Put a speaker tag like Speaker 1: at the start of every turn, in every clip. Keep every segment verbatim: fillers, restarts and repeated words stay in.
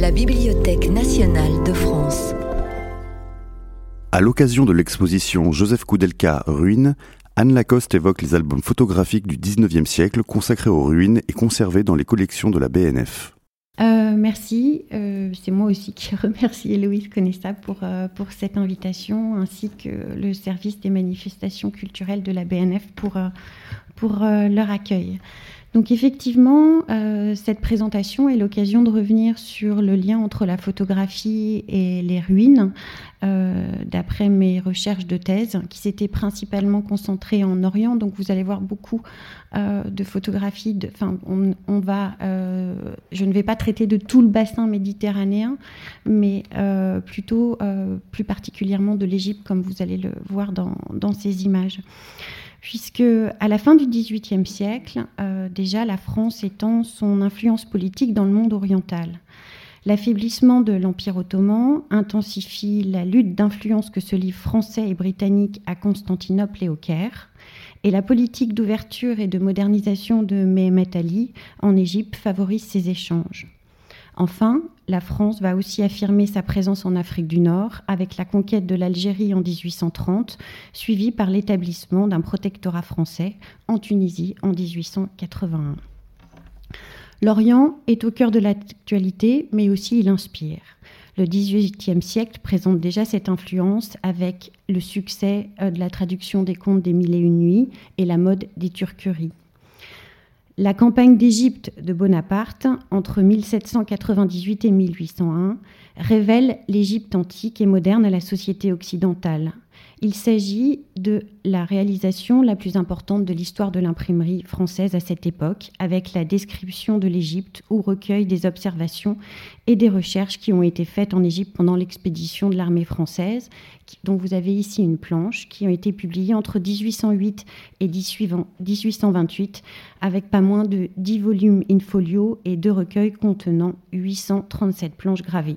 Speaker 1: la Bibliothèque nationale de France.
Speaker 2: À l'occasion de l'exposition Joseph Koudelka Ruines, Anne Lacoste évoque les albums photographiques du dix-neuvième siècle consacrés aux ruines et conservés dans les collections de la B N F.
Speaker 3: Euh, merci, euh, c'est moi aussi qui remercie Héloïse Conesta pour, euh, pour cette invitation, ainsi que le service des manifestations culturelles de la B N F pour, euh, pour euh, leur accueil. Donc effectivement, euh, cette présentation est l'occasion de revenir sur le lien entre la photographie et les ruines, euh, d'après mes recherches de thèse, qui s'étaient principalement concentrées en Orient. Donc vous allez voir beaucoup euh, de photographies. De, enfin, on, on va, euh, je ne vais pas traiter de tout le bassin méditerranéen, mais euh, plutôt, euh, plus particulièrement de l'Égypte, comme vous allez le voir dans, dans ces images. Puisque à la fin du dix-huitième siècle, euh, déjà la France étend son influence politique dans le monde oriental. L'affaiblissement de l'Empire ottoman intensifie la lutte d'influence que se livrent Français et Britanniques à Constantinople et au Caire, et la politique d'ouverture et de modernisation de Mehemet Ali en Égypte favorise ces échanges. Enfin, la France va aussi affirmer sa présence en Afrique du Nord avec la conquête de l'Algérie en dix-huit cent trente, suivie par l'établissement d'un protectorat français en Tunisie en dix-huit cent quatre-vingt-un. L'Orient est au cœur de l'actualité, mais aussi il inspire. Le dix-huitième siècle présente déjà cette influence avec le succès de la traduction des contes des Mille et une nuits et la mode des turqueries. La campagne d'Égypte de Bonaparte, entre mille sept cent quatre-vingt-dix-huit et mille huit cent un, révèle l'Égypte antique et moderne à la société occidentale. Il s'agit de la réalisation la plus importante de l'histoire de l'imprimerie française à cette époque, avec la description de l'Égypte où recueille des observations et des recherches qui ont été faites en Égypte pendant l'expédition de l'armée française, dont vous avez ici une planche, qui ont été publiées entre dix-huit cent huit et dix-huit cent vingt-huit, avec pas moins de dix volumes in folio et deux recueils contenant huit cent trente-sept planches gravées.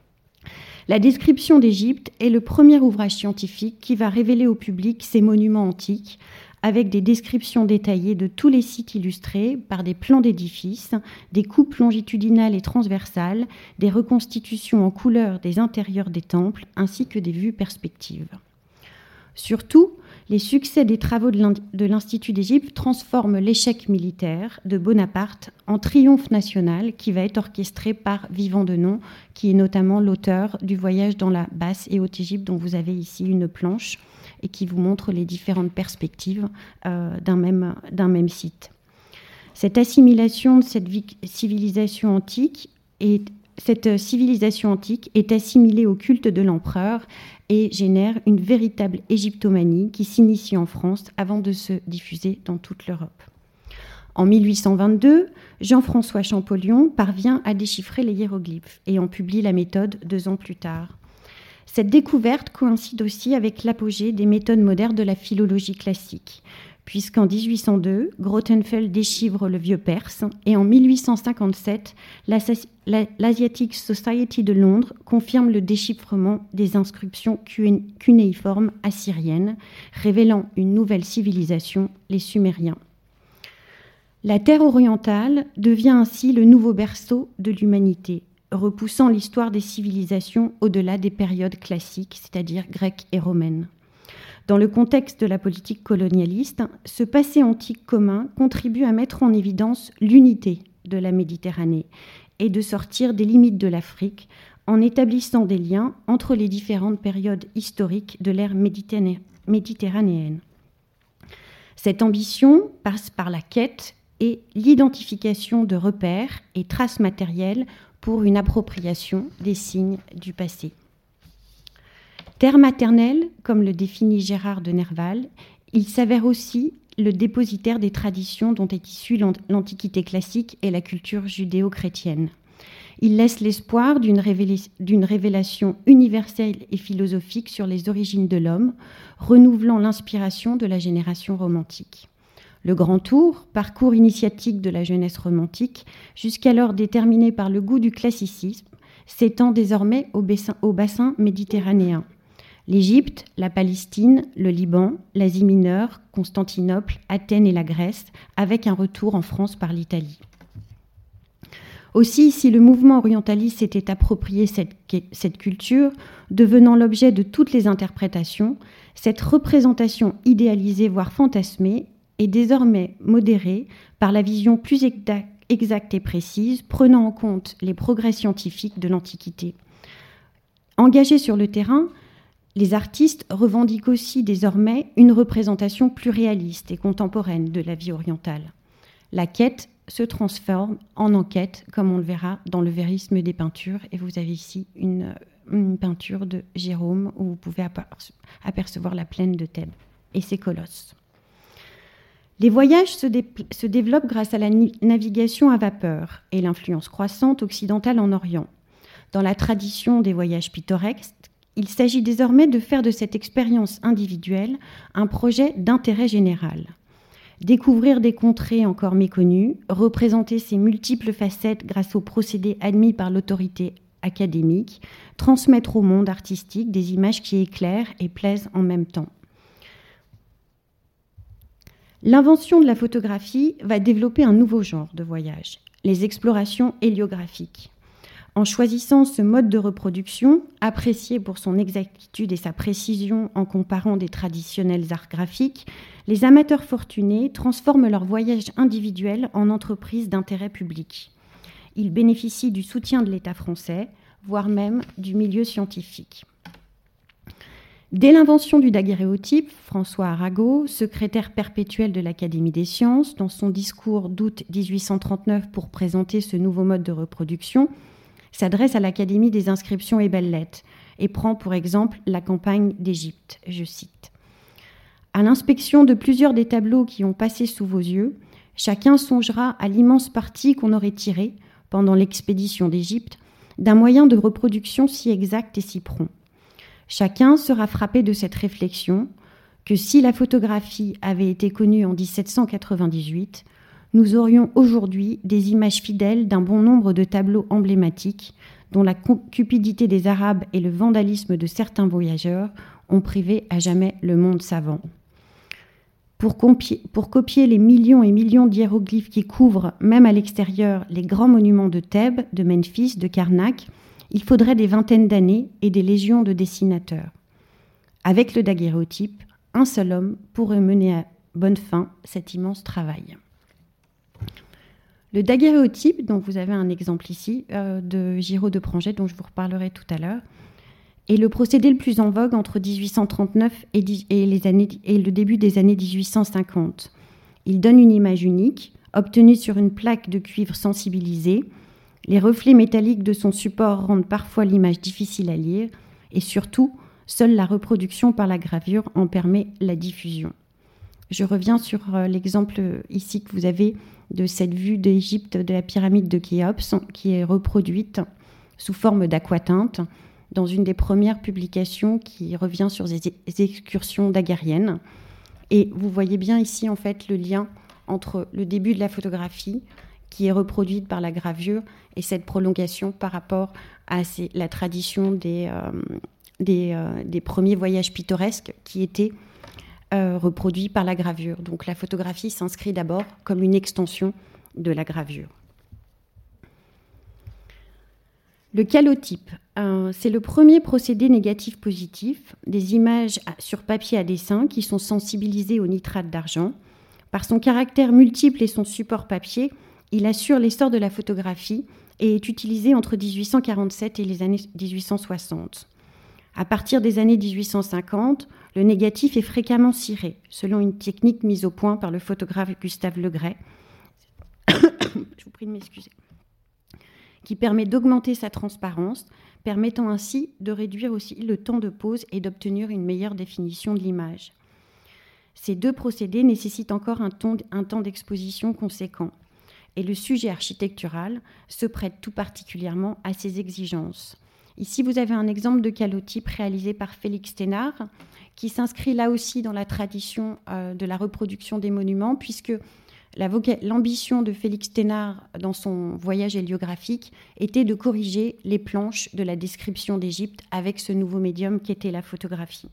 Speaker 3: La description d'Égypte est le premier ouvrage scientifique qui va révéler au public ces monuments antiques, avec des descriptions détaillées de tous les sites illustrés par des plans d'édifices, des coupes longitudinales et transversales, des reconstitutions en couleur des intérieurs des temples, ainsi que des vues perspectives. Surtout, les succès des travaux de l'Institut d'Égypte transforment l'échec militaire de Bonaparte en triomphe national qui va être orchestré par Vivant Denon, qui est notamment l'auteur du Voyage dans la Basse et Haute Égypte, dont vous avez ici une planche, et qui vous montre les différentes perspectives euh, d'un même, d'un même site. Cette assimilation de cette civilisation antique est Cette civilisation antique est assimilée au culte de l'empereur et génère une véritable égyptomanie qui s'initie en France avant de se diffuser dans toute l'Europe. En mille huit cent vingt-deux, Jean-François Champollion parvient à déchiffrer les hiéroglyphes et en publie la méthode deux ans plus tard. Cette découverte coïncide aussi avec l'apogée des méthodes modernes de la philologie classique, puisqu'en dix-huit cent deux, Grotefeld déchiffre le vieux perse et en mille huit cent cinquante-sept, l'Asiatic Society de Londres confirme le déchiffrement des inscriptions cunéiformes assyriennes, révélant une nouvelle civilisation, les Sumériens. La terre orientale devient ainsi le nouveau berceau de l'humanité, repoussant l'histoire des civilisations au-delà des périodes classiques, c'est-à-dire grecques et romaines. Dans le contexte de la politique colonialiste, ce passé antique commun contribue à mettre en évidence l'unité de la Méditerranée et de sortir des limites de l'Afrique en établissant des liens entre les différentes périodes historiques de l'ère méditerranéenne. Cette ambition passe par la quête et l'identification de repères et traces matérielles pour une appropriation des signes du passé. Terre maternelle, comme le définit Gérard de Nerval, il s'avère aussi le dépositaire des traditions dont est issue l'Antiquité classique et la culture judéo-chrétienne. Il laisse l'espoir d'une révéla- d'une révélation universelle et philosophique sur les origines de l'homme, renouvelant l'inspiration de la génération romantique. Le Grand Tour, parcours initiatique de la jeunesse romantique, jusqu'alors déterminé par le goût du classicisme, s'étend désormais au bassin, au bassin méditerranéen. L'Égypte, la Palestine, le Liban, l'Asie mineure, Constantinople, Athènes et la Grèce, avec un retour en France par l'Italie. Aussi, si le mouvement orientaliste s'était approprié cette, cette culture, devenant l'objet de toutes les interprétations, cette représentation idéalisée, voire fantasmée, est désormais modérée par la vision plus exacte et précise, prenant en compte les progrès scientifiques de l'Antiquité. Engagés sur le terrain, les artistes revendiquent aussi désormais une représentation plus réaliste et contemporaine de la vie orientale. La quête se transforme en enquête, comme on le verra dans le vérisme des peintures. Et vous avez ici une, une peinture de Gérôme où vous pouvez apercevoir la plaine de Thèbes et ses colosses. Les voyages se, dé- se développent grâce à la ni- navigation à vapeur et l'influence croissante occidentale en Orient. Dans la tradition des voyages pittoresques, il s'agit désormais de faire de cette expérience individuelle un projet d'intérêt général. Découvrir des contrées encore méconnues, représenter ces multiples facettes grâce aux procédés admis par l'autorité académique, transmettre au monde artistique des images qui éclairent et plaisent en même temps. L'invention de la photographie va développer un nouveau genre de voyage, les explorations héliographiques. En choisissant ce mode de reproduction, apprécié pour son exactitude et sa précision en comparant des traditionnels arts graphiques, les amateurs fortunés transforment leur voyage individuel en entreprise d'intérêt public. Ils bénéficient du soutien de l'État français, voire même du milieu scientifique. Dès l'invention du daguerréotype, François Arago, secrétaire perpétuel de l'Académie des sciences, dans son discours d'août dix-huit cent trente-neuf pour présenter ce nouveau mode de reproduction, s'adresse à l'Académie des inscriptions et belles-lettres et prend pour exemple la campagne d'Égypte, je cite. « À l'inspection de plusieurs des tableaux qui ont passé sous vos yeux, chacun songera à l'immense parti qu'on aurait tiré, pendant l'expédition d'Égypte, d'un moyen de reproduction si exact et si prompt. Chacun sera frappé de cette réflexion que si la photographie avait été connue en dix-sept cent quatre-vingt-dix-huit, nous aurions aujourd'hui des images fidèles d'un bon nombre de tableaux emblématiques dont la cupidité des Arabes et le vandalisme de certains voyageurs ont privé à jamais le monde savant. Pour copier, pour copier les millions et millions d'hiéroglyphes qui couvrent, même à l'extérieur, les grands monuments de Thèbes, de Memphis, de Karnak, il faudrait des vingtaines d'années et des légions de dessinateurs. Avec le daguerréotype, un seul homme pourrait mener à bonne fin cet immense travail. Le daguerréotype, dont vous avez un exemple ici, euh, de Giraud de Pranget, dont je vous reparlerai tout à l'heure, est le procédé le plus en vogue entre dix-huit cent trente-neuf et, et, les années, et le début des années dix-huit cent cinquante. Il donne une image unique, obtenue sur une plaque de cuivre sensibilisée. Les reflets métalliques de son support rendent parfois l'image difficile à lire, et surtout, seule la reproduction par la gravure en permet la diffusion. Je reviens sur l'exemple ici que vous avez de cette vue d'Égypte de la pyramide de Khéops, qui est reproduite sous forme d'aquatinte dans une des premières publications qui revient sur des excursions daguerriennes. Et vous voyez bien ici en fait le lien entre le début de la photographie qui est reproduite par la gravure et cette prolongation par rapport à ces, la tradition des, euh, des, euh, des premiers voyages pittoresques qui étaient euh, reproduits par la gravure. Donc la photographie s'inscrit d'abord comme une extension de la gravure. Le calotype, euh, c'est le premier procédé négatif-positif des images sur papier à dessin qui sont sensibilisées au nitrate d'argent. Par son caractère multiple et son support papier, il assure l'essor de la photographie et est utilisé entre dix-huit cent quarante-sept et les années dix-huit cent soixante. À partir des années dix-huit cent cinquante, le négatif est fréquemment ciré, selon une technique mise au point par le photographe Gustave Legray. Je vous prie de m'excuser. Qui permet d'augmenter sa transparence, permettant ainsi de réduire aussi le temps de pose et d'obtenir une meilleure définition de l'image. Ces deux procédés nécessitent encore un temps, un temps d'exposition conséquent, et le sujet architectural se prête tout particulièrement à ces exigences. Ici, vous avez un exemple de calotype réalisé par Félix Thénard, qui s'inscrit là aussi dans la tradition euh, de la reproduction des monuments, puisque La voca- l'ambition de Félix Thénard dans son voyage héliographique était de corriger les planches de la description d'Égypte avec ce nouveau médium qu'était la photographie.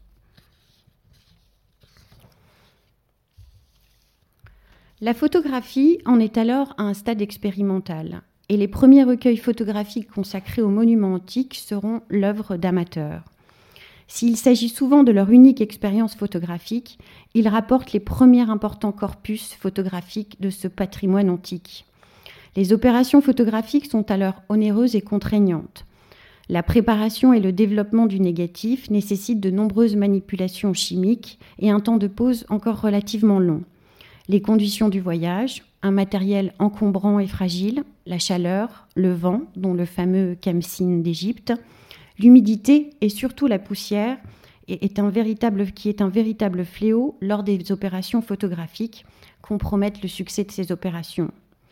Speaker 3: La photographie en est alors à un stade expérimental. et les premiers recueils photographiques consacrés aux monuments antiques seront l'œuvre d'amateurs. S'il s'agit souvent de leur unique expérience photographique, ils rapportent les premiers importants corpus photographiques de ce patrimoine antique. Les opérations photographiques sont alors onéreuses et contraignantes. La préparation et le développement du négatif nécessitent de nombreuses manipulations chimiques et un temps de pause encore relativement long. Les conditions du voyage, un matériel encombrant et fragile, la chaleur, le vent, dont le fameux Khamsin d'Égypte, l'humidité et surtout la poussière, est un véritable, qui est un véritable fléau lors des opérations photographiques, compromettent le succès de ces opérations.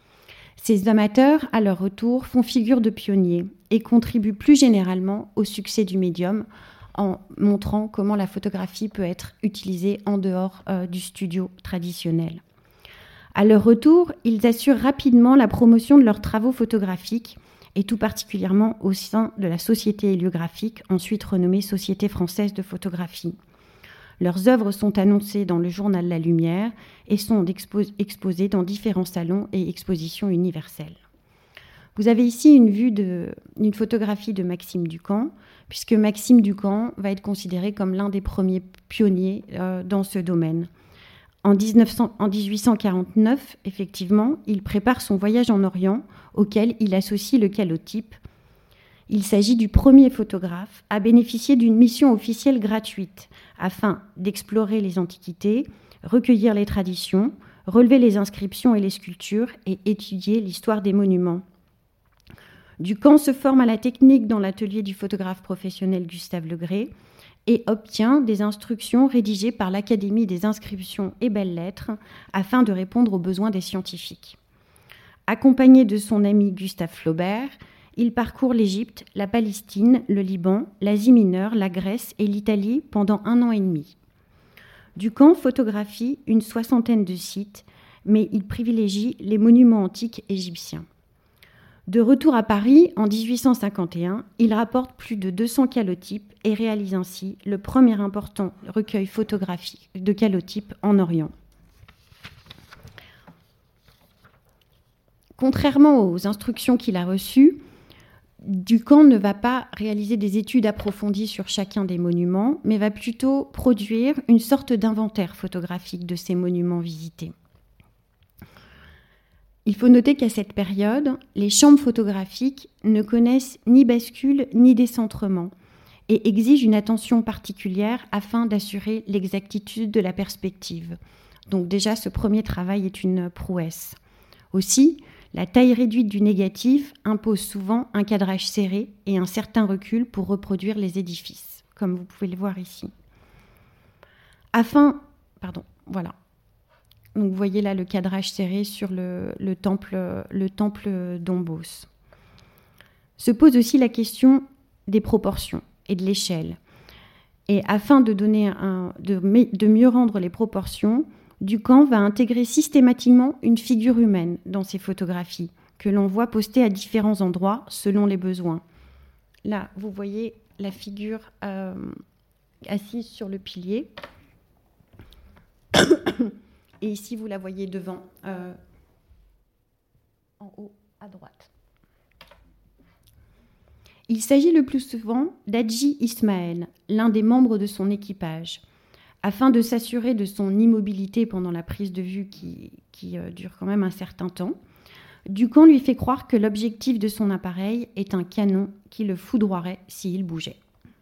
Speaker 3: Ces amateurs, à leur retour, font figure de pionniers et contribuent plus généralement au succès du médium en montrant comment la photographie peut être utilisée en dehors euh, du studio traditionnel. À leur retour, ils assurent rapidement la promotion de leurs travaux photographiques et tout particulièrement au sein de la Société héliographique, ensuite renommée Société française de photographie. Leurs œuvres sont annoncées dans le journal La Lumière et sont expos- exposées dans différents salons et expositions universelles. Vous avez ici une vue de, une photographie de Maxime Ducamp, puisque Maxime Ducamp va être considéré comme l'un des premiers pionniers euh, dans ce domaine. En, dix-neuf cents, en dix-huit cent quarante-neuf, effectivement, il prépare son voyage en Orient, auquel il associe le calotype. Il s'agit du premier photographe à bénéficier d'une mission officielle gratuite, afin d'explorer les antiquités, recueillir les traditions, relever les inscriptions et les sculptures et étudier l'histoire des monuments. Ducamp se forme à la technique dans l'atelier du photographe professionnel Gustave Legré et obtient des instructions rédigées par l'Académie des inscriptions et belles-lettres afin de répondre aux besoins des scientifiques. Accompagné de son ami Gustave Flaubert, il parcourt l'Égypte, la Palestine, le Liban, l'Asie mineure, la Grèce et l'Italie pendant un an et demi. Ducamp photographie une soixantaine de sites, mais il privilégie les monuments antiques égyptiens. De retour à Paris en dix-huit cent cinquante et un, il rapporte plus de deux cents calotypes et réalise ainsi le premier important recueil photographique de calotypes en Orient. Contrairement aux instructions qu'il a reçues, Ducamp ne va pas réaliser des études approfondies sur chacun des monuments, mais va plutôt produire une sorte d'inventaire photographique de ces monuments visités. Il faut noter qu'à cette période, les chambres photographiques ne connaissent ni bascule ni décentrement et exigent une attention particulière afin d'assurer l'exactitude de la perspective. Donc déjà, ce premier travail est une prouesse. Aussi, la taille réduite du négatif impose souvent un cadrage serré et un certain recul pour reproduire les édifices, comme vous pouvez le voir ici. Afin, pardon, voilà. Donc vous voyez là le cadrage serré sur le, le temple, le temple d'Ombos. Se pose aussi la question des proportions et de l'échelle. Et afin de, donner un, de, de mieux rendre les proportions, Ducamp va intégrer systématiquement une figure humaine dans ses photographies, que l'on voit postées à différents endroits selon les besoins. Là, vous voyez la figure euh, assise sur le pilier. Et ici, vous la voyez devant, euh, en haut à droite. Il s'agit le plus souvent d'Hadji Ismaël, l'un des membres de son équipage. Afin de s'assurer de son immobilité pendant la prise de vue qui, qui euh, dure quand même un certain temps, Ducamp lui fait croire que l'objectif de son appareil est un canon qui le foudroierait s'il bougeait.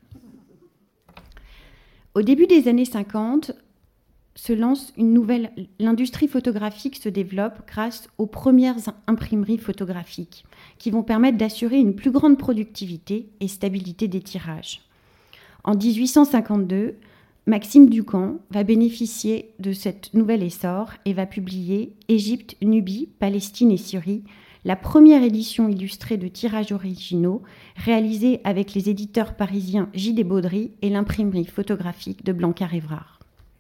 Speaker 3: Au début des années cinquante, se lance une nouvelle... L'industrie photographique se développe grâce aux premières imprimeries photographiques qui vont permettre d'assurer une plus grande productivité et stabilité des tirages. En dix-huit cent cinquante-deux, Maxime Ducamp va bénéficier de cet nouvel essor et va publier Égypte, Nubie, Palestine et Syrie, la première édition illustrée de tirages originaux réalisée avec les éditeurs parisiens J D Baudry et l'imprimerie photographique de Blanquart-Évrard.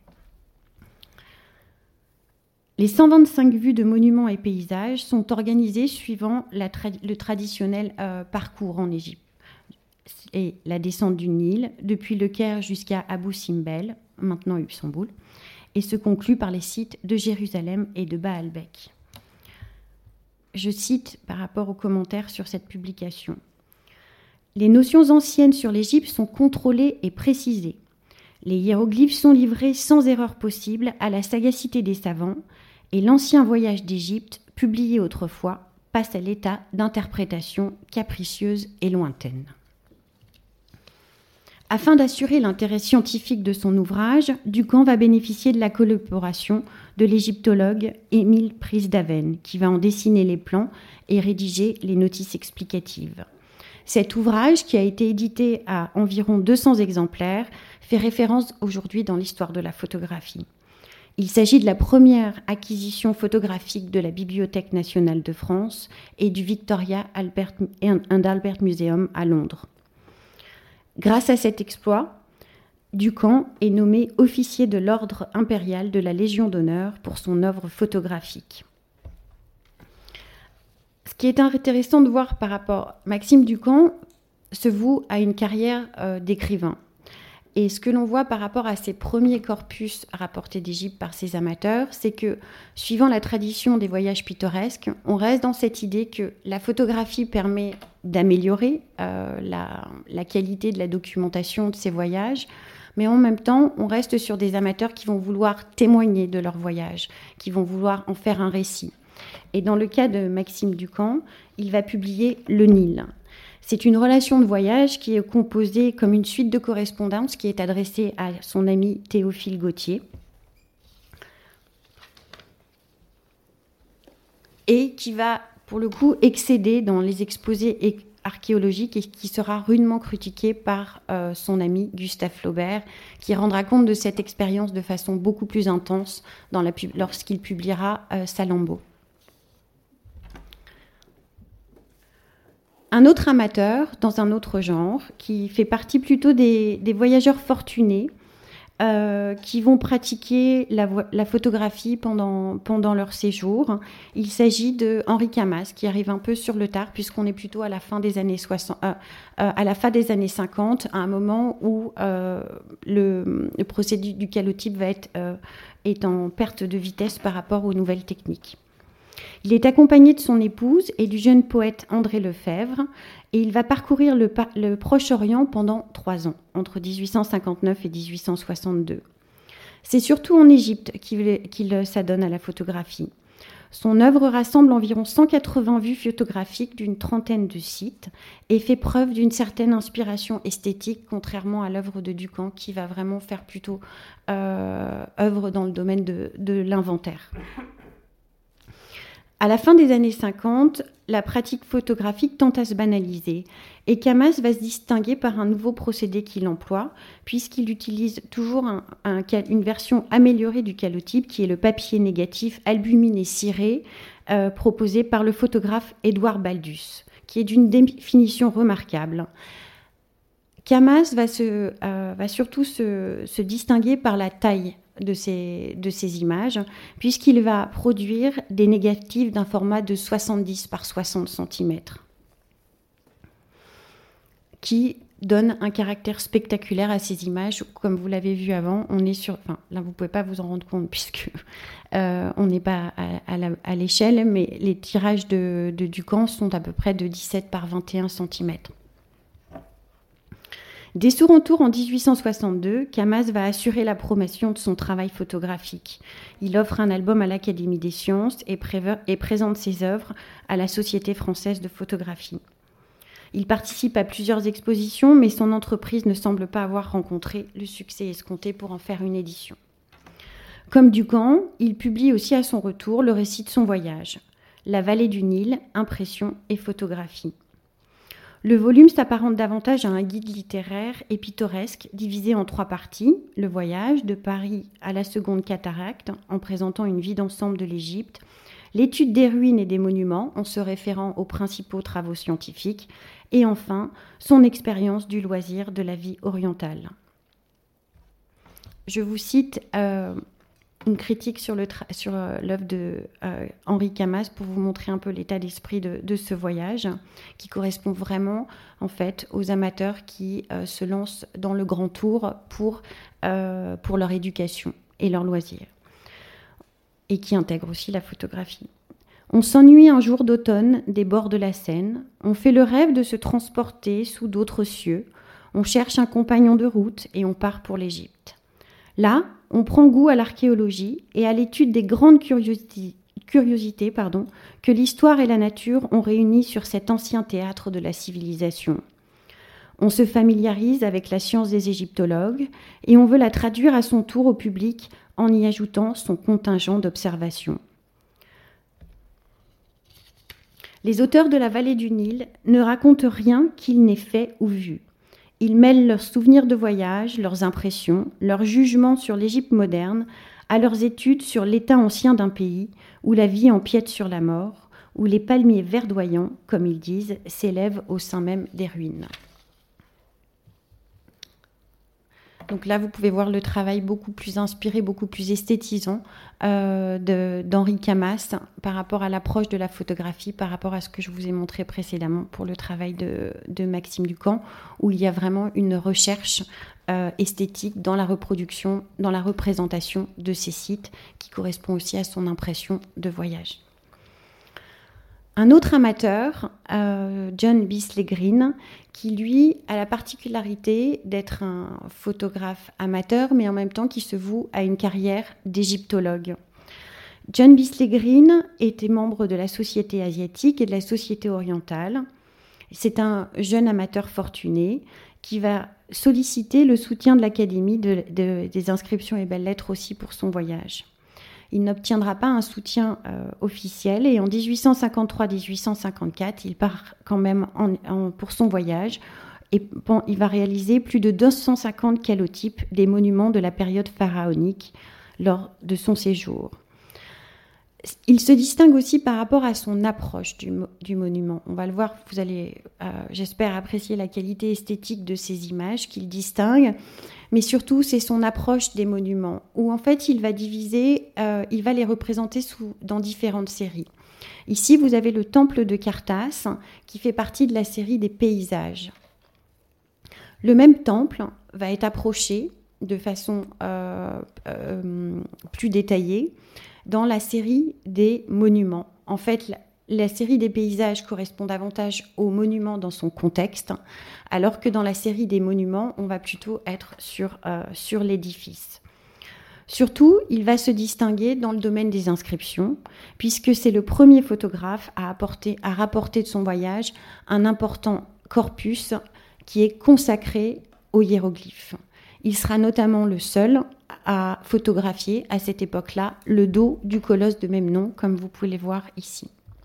Speaker 3: Les cent vingt-cinq vues de monuments et paysages sont organisées suivant la tra- le traditionnel euh, parcours en Égypte. Et la descente du Nil, depuis le Caire jusqu'à Abou Simbel, maintenant Istanbul, et se conclut par les sites de Jérusalem et de Baalbek. Je cite par rapport aux commentaires sur cette publication. « Les notions anciennes sur l'Égypte sont contrôlées et précisées. Les hiéroglyphes sont livrés sans erreur possible à la sagacité des savants et l'ancien voyage d'Égypte, publié autrefois, passe à l'état d'interprétation capricieuse et lointaine. » Afin d'assurer l'intérêt scientifique de son ouvrage, Ducamp va bénéficier de la collaboration de l'égyptologue Émile Prisdaven, qui va en dessiner les plans et rédiger les notices explicatives. Cet ouvrage, qui a été édité à environ deux cents exemplaires, fait référence aujourd'hui dans l'histoire de la photographie. Il s'agit de la première acquisition photographique de la Bibliothèque nationale de France et du Victoria Albert and Albert Museum à Londres. Grâce à cet exploit, Ducamp est nommé officier de l'Ordre impérial de la Légion d'honneur pour son œuvre photographique. Ce qui est intéressant de voir par rapport, Maxime Ducamp se voue à une carrière euh, d'écrivain. Et ce que l'on voit par rapport à ses premiers corpus rapportés d'Égypte par ses amateurs, c'est que, suivant la tradition des voyages pittoresques, on reste dans cette idée que la photographie permet d'améliorer euh, la, la qualité de la documentation de ces voyages, mais en même temps, on reste sur des amateurs qui vont vouloir témoigner de leur voyage, qui vont vouloir en faire un récit. Et dans le cas de Maxime Ducamp, il va publier Le Nil. C'est une relation de voyage qui est composée comme une suite de correspondances qui est adressée à son ami Théophile Gautier et qui va, pour le coup, excéder dans les exposés archéologique et qui sera rudement critiqué par euh, son ami Gustave Flaubert, qui rendra compte de cette expérience de façon beaucoup plus intense dans la pub- lorsqu'il publiera euh, Salammbô. Un autre amateur, dans un autre genre, qui fait partie plutôt des, des voyageurs fortunés, euh, qui vont pratiquer la, la photographie pendant, pendant leur séjour. Il s'agit de Henri Camas, qui arrive un peu sur le tard, puisqu'on est plutôt à la fin des années soixante, euh, euh, à la fin des années cinquante, à un moment où euh, le, le procédé du calotype va être euh, est en perte de vitesse par rapport aux nouvelles techniques. Il est accompagné de son épouse et du jeune poète André Lefebvre, et il va parcourir le, le Proche-Orient pendant trois ans, entre dix-huit cent cinquante-neuf et dix-huit cent soixante-deux. C'est surtout en Égypte qu'il, qu'il s'adonne à la photographie. Son œuvre rassemble environ cent quatre-vingts vues photographiques d'une trentaine de sites et fait preuve d'une certaine inspiration esthétique, contrairement à l'œuvre de Ducamp, qui va vraiment faire plutôt euh, œuvre dans le domaine de, de l'inventaire. À la fin des années cinquante, la pratique photographique tend à se banaliser et Camas va se distinguer par un nouveau procédé qu'il emploie, puisqu'il utilise toujours un, un, une version améliorée du calotype, qui est le papier négatif albuminé ciré, euh, proposé par le photographe Édouard Baldus, qui est d'une définition remarquable. Camas va, se, euh, va surtout se, se distinguer par la taille de ces, de ces images, puisqu'il va produire des négatifs d'un format de soixante-dix par soixante centimètres, qui donne un caractère spectaculaire à ces images. Comme vous l'avez vu avant, on est sur... Enfin, là, vous ne pouvez pas vous en rendre compte, puisque euh, on n'est pas à, à, la, à l'échelle, mais les tirages de, de Ducamp sont à peu près de dix-sept par vingt et un centimètres. Dès son retour en dix-huit cent soixante-deux, Camas va assurer la promotion de son travail photographique. Il offre un album à l'Académie des sciences et, préve- et présente ses œuvres à la Société française de photographie. Il participe à plusieurs expositions, mais son entreprise ne semble pas avoir rencontré le succès escompté pour en faire une édition. Comme Ducamp, il publie aussi à son retour le récit de son voyage, La vallée du Nil, impression et photographie. Le volume s'apparente davantage à un guide littéraire et pittoresque divisé en trois parties. Le voyage de Paris à la seconde cataracte, en présentant une vue d'ensemble de l'Égypte. L'étude des ruines et des monuments, en se référant aux principaux travaux scientifiques. Et enfin, son expérience du loisir de la vie orientale. Je vous cite euh, une critique sur, le tra- sur euh, l'œuvre de euh, Henri Camas pour vous montrer un peu l'état d'esprit de, de ce voyage, qui correspond vraiment en fait aux amateurs qui euh, se lancent dans le grand tour pour, euh, pour leur éducation et leur loisir, et qui intègrent aussi la photographie. On s'ennuie un jour d'automne des bords de la Seine, on fait le rêve de se transporter sous d'autres cieux, on cherche un compagnon de route et on part pour l'Égypte. Là, on prend goût à l'archéologie et à l'étude des grandes curiosités, curiosités pardon, que l'histoire et la nature ont réunies sur cet ancien théâtre de la civilisation. On se familiarise avec la science des égyptologues et on veut la traduire à son tour au public en y ajoutant son contingent d'observation. Les auteurs de la vallée du Nil ne racontent rien qu'ils n'aient fait ou vu. Ils mêlent leurs souvenirs de voyage, leurs impressions, leurs jugements sur l'Égypte moderne, à leurs études sur l'état ancien d'un pays où la vie empiète sur la mort, où les palmiers verdoyants, comme ils disent, s'élèvent au sein même des ruines. Donc là, vous pouvez voir le travail beaucoup plus inspiré, beaucoup plus esthétisant euh, de, d'Henri Camas par rapport à l'approche de la photographie, par rapport à ce que je vous ai montré précédemment pour le travail de, de Maxime Ducamp, où il y a vraiment une recherche euh, esthétique dans la reproduction, dans la représentation de ces sites, qui correspond aussi à son impression de voyage. Un autre amateur, euh, John Bisley Green, qui lui a la particularité d'être un photographe amateur, mais en même temps qui se voue à une carrière d'égyptologue. John Bisley Green était membre de la Société asiatique et de la Société orientale. C'est un jeune amateur fortuné qui va solliciter le soutien de l'Académie de, de, des inscriptions et belles-lettres aussi pour son voyage. Il n'obtiendra pas un soutien euh, officiel et en dix-huit cent cinquante-trois dix-huit cent cinquante-quatre, il part quand même en, en, pour son voyage et bon, il va réaliser plus de deux cent cinquante calotypes des monuments de la période pharaonique lors de son séjour. Il se distingue aussi par rapport à son approche du, du monument. On va le voir, vous allez, euh, j'espère, apprécier la qualité esthétique de ces images qu'il distingue. Mais surtout, c'est son approche des monuments, où en fait, il va diviser, euh, il va les représenter sous, dans différentes séries. Ici, vous avez le temple de Carthage, qui fait partie de la série des paysages. Le même temple va être approché de façon euh, euh, plus détaillée dans la série des monuments. En fait, la, la série des paysages correspond davantage aux monuments dans son contexte, alors que dans la série des monuments, on va plutôt être sur, euh, sur l'édifice. Surtout, il va se distinguer dans le domaine des inscriptions, puisque c'est le premier photographe à, apporter, à rapporter de son voyage un important corpus qui est consacré aux hiéroglyphes. Il sera notamment le seul à photographier, à cette époque-là, le dos du colosse de même nom, comme vous pouvez le voir ici.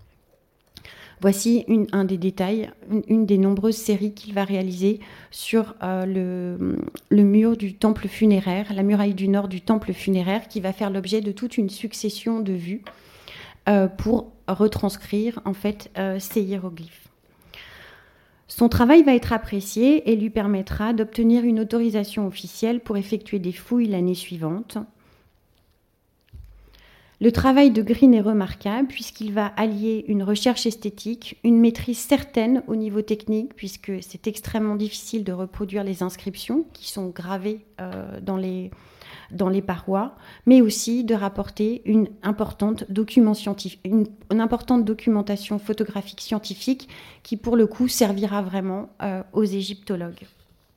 Speaker 3: Voici une, un des détails, une, une des nombreuses séries qu'il va réaliser sur euh, le, le mur du temple funéraire, la muraille du nord du temple funéraire, qui va faire l'objet de toute une succession de vues euh, pour retranscrire en fait euh, ces hiéroglyphes. Son travail va être apprécié et lui permettra d'obtenir une autorisation officielle pour effectuer des fouilles l'année suivante. Le travail de Green est remarquable puisqu'il va allier une recherche esthétique, une maîtrise certaine au niveau technique, puisque c'est extrêmement difficile de reproduire les inscriptions qui sont gravées euh, dans les, dans les parois, mais aussi de rapporter une importante, document scientifique, une, une importante documentation photographique scientifique qui, pour le coup, servira vraiment euh, aux égyptologues.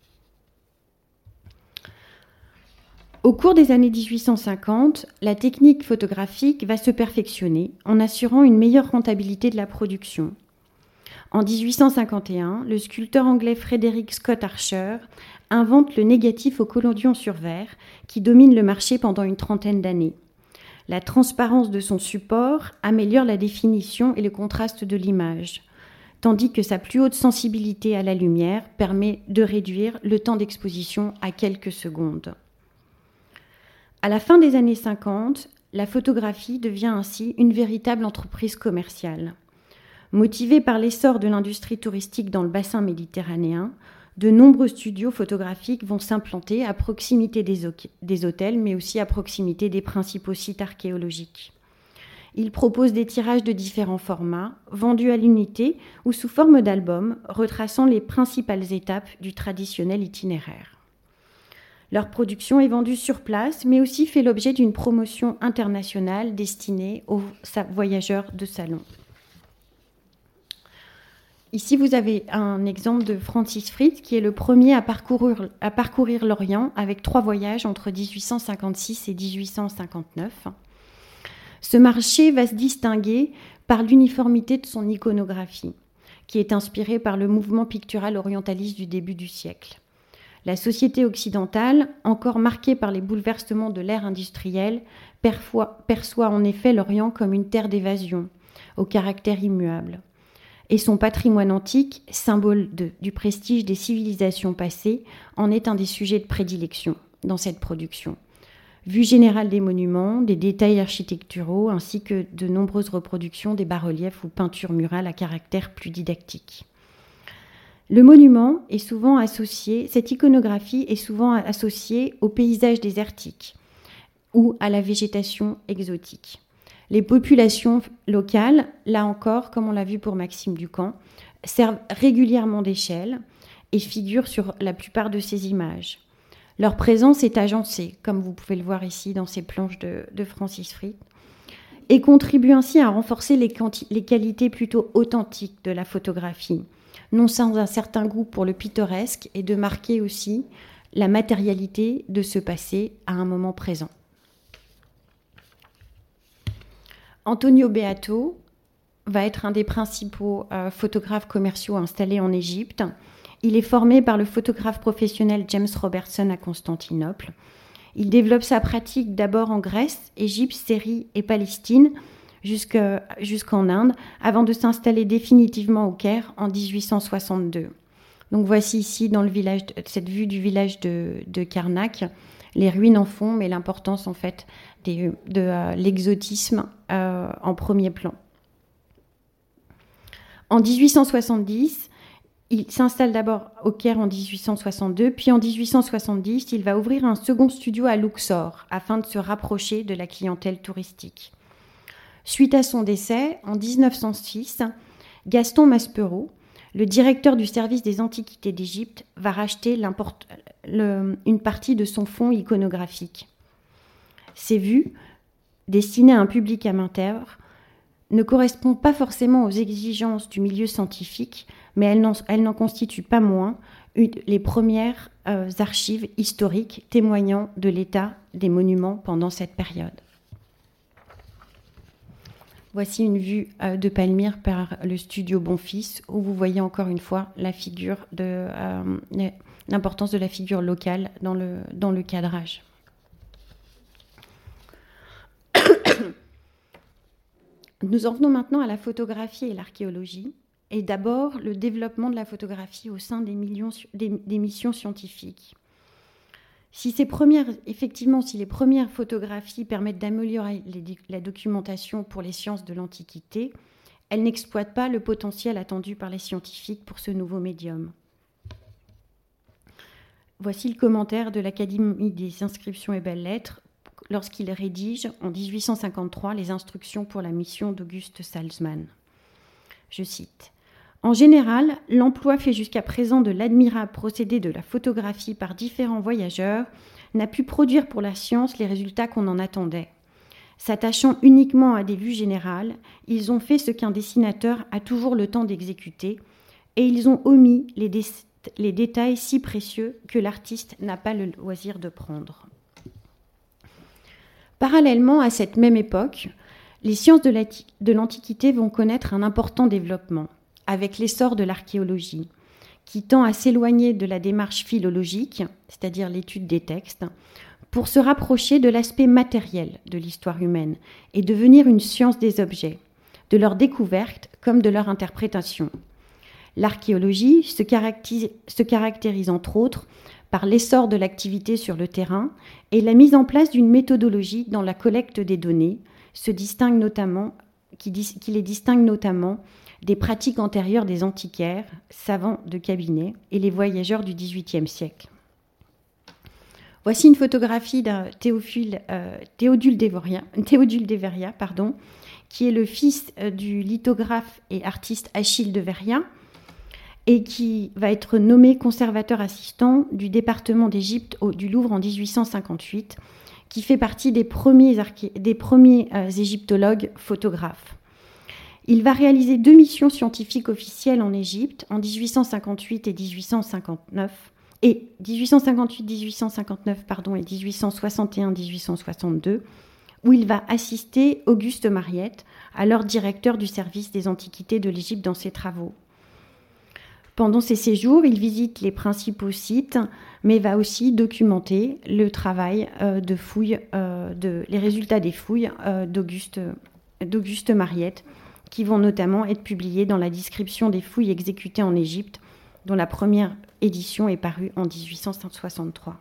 Speaker 3: Au cours des années dix-huit cent cinquante, la technique photographique va se perfectionner en assurant une meilleure rentabilité de la production. En dix-huit cent cinquante et un, le sculpteur anglais Frederick Scott Archer invente le négatif au collodion sur verre qui domine le marché pendant une trentaine d'années. La transparence de son support améliore la définition et le contraste de l'image, tandis que sa plus haute sensibilité à la lumière permet de réduire le temps d'exposition à quelques secondes. À la fin des années cinquante, la photographie devient ainsi une véritable entreprise commerciale. Motivée par l'essor de l'industrie touristique dans le bassin méditerranéen, de nombreux studios photographiques vont s'implanter à proximité des, des hôtels, mais aussi à proximité des principaux sites archéologiques. Ils proposent des tirages de différents formats, vendus à l'unité ou sous forme d'albums, retraçant les principales étapes du traditionnel itinéraire. Leur production est vendue sur place, mais aussi fait l'objet d'une promotion internationale destinée aux voyageurs de salon. Ici, vous avez un exemple de Francis Fritz, qui est le premier à parcourir, à parcourir l'Orient avec trois voyages entre dix-huit cent cinquante-six et dix-huit cent cinquante-neuf. Ce marché va se distinguer par l'uniformité de son iconographie, qui est inspirée par le mouvement pictural orientaliste du début du siècle. La société occidentale, encore marquée par les bouleversements de l'ère industrielle, perçoit, perçoit en effet l'Orient comme une terre d'évasion, au caractère immuable. Et son patrimoine antique, symbole de, du prestige des civilisations passées, en est un des sujets de prédilection dans cette production. Vue générale des monuments, des détails architecturaux, ainsi que de nombreuses reproductions des bas-reliefs ou peintures murales à caractère plus didactique. Le monument est souvent associé, cette iconographie est souvent associée au paysage désertique ou à la végétation exotique. Les populations locales, là encore, comme on l'a vu pour Maxime Ducamp, servent régulièrement d'échelle et figurent sur la plupart de ces images. Leur présence est agencée, comme vous pouvez le voir ici dans ces planches de, de Francis Fritz, et contribue ainsi à renforcer les, quanti- les qualités plutôt authentiques de la photographie, non sans un certain goût pour le pittoresque, et de marquer aussi la matérialité de ce passé à un moment présent. Antonio Beato va être un des principaux euh, photographes commerciaux installés en Égypte. Il est formé par le photographe professionnel James Robertson à Constantinople. Il développe sa pratique d'abord en Grèce, Égypte, Syrie et Palestine, jusqu'à, jusqu'en Inde, avant de s'installer définitivement au Caire en dix-huit cent soixante-deux. Donc voici ici, dans le village, cette vue du village de, de Karnak, les ruines en fond, mais l'importance en fait des, de euh, l'exotisme euh, en premier plan. En dix-huit cent soixante-dix, il s'installe d'abord au Caire en dix-huit cent soixante-deux, puis en dix-huit cent soixante-dix, il va ouvrir un second studio à Luxor afin de se rapprocher de la clientèle touristique. Suite à son décès, en dix-neuf cent six, Gaston Maspero, le directeur du service des antiquités d'Égypte, va racheter le, une partie de son fonds iconographique. Ces vues, destinées à un public amateur, ne correspondent pas forcément aux exigences du milieu scientifique, mais elles n'en, elles n'en constituent pas moins une, les premières euh, archives historiques témoignant de l'état des monuments pendant cette période. Voici une vue euh, de Palmyre par le studio Bonfils, où vous voyez encore une fois la figure de, euh, l'importance de la figure locale dans le, dans le cadrage. Nous en venons maintenant à la photographie et l'archéologie, et d'abord le développement de la photographie au sein des, millions, des, des missions scientifiques. Si ces premières, effectivement, si les premières photographies permettent d'améliorer les, la documentation pour les sciences de l'Antiquité, elles n'exploitent pas le potentiel attendu par les scientifiques pour ce nouveau médium. Voici le commentaire de l'Académie des inscriptions et belles-lettres lorsqu'il rédige en dix-huit cent cinquante-trois les instructions pour la mission d'Auguste Salzmann. Je cite. « En général, l'emploi fait jusqu'à présent de l'admirable procédé de la photographie par différents voyageurs n'a pu produire pour la science les résultats qu'on en attendait. S'attachant uniquement à des vues générales, ils ont fait ce qu'un dessinateur a toujours le temps d'exécuter, et ils ont omis les, dé- les détails si précieux que l'artiste n'a pas le loisir de prendre. » Parallèlement à cette même époque, les sciences de, de l'Antiquité vont connaître un important développement, avec l'essor de l'archéologie, qui tend à s'éloigner de la démarche philologique, c'est-à-dire l'étude des textes, pour se rapprocher de l'aspect matériel de l'histoire humaine et devenir une science des objets, de leur découverte comme de leur interprétation. L'archéologie se caractérise, se caractérise entre autres par l'essor de l'activité sur le terrain et la mise en place d'une méthodologie dans la collecte des données, se distingue notamment, qui, qui les distingue notamment des pratiques antérieures des antiquaires, savants de cabinet et les voyageurs du dix-huitième siècle. Voici une photographie d'un Théophile, euh, Théodule Déveria, Théodule Déveria, pardon, qui est le fils euh, du lithographe et artiste Achille de Veria. et qui va être nommé conservateur assistant du département d'Égypte du Louvre en dix-huit cent cinquante-huit, qui fait partie des premiers, arché- des premiers euh, égyptologues photographes. Il va réaliser deux missions scientifiques officielles en Égypte en dix-huit cent cinquante-huit et dix-huit cent cinquante-neuf, et dix-huit cent cinquante-huit dix-huit cent cinquante-neuf pardon, et dix-huit cent soixante et un dix-huit cent soixante-deux, où il va assister Auguste Mariette, alors directeur du service des antiquités de l'Égypte, dans ses travaux. Pendant ces séjours, il visite les principaux sites, mais va aussi documenter le travail euh, de fouilles, euh, de, les résultats des fouilles euh, d'Auguste, d'Auguste Mariette, qui vont notamment être publiés dans la description des fouilles exécutées en Égypte, dont la première édition est parue en dix-huit cent soixante-trois.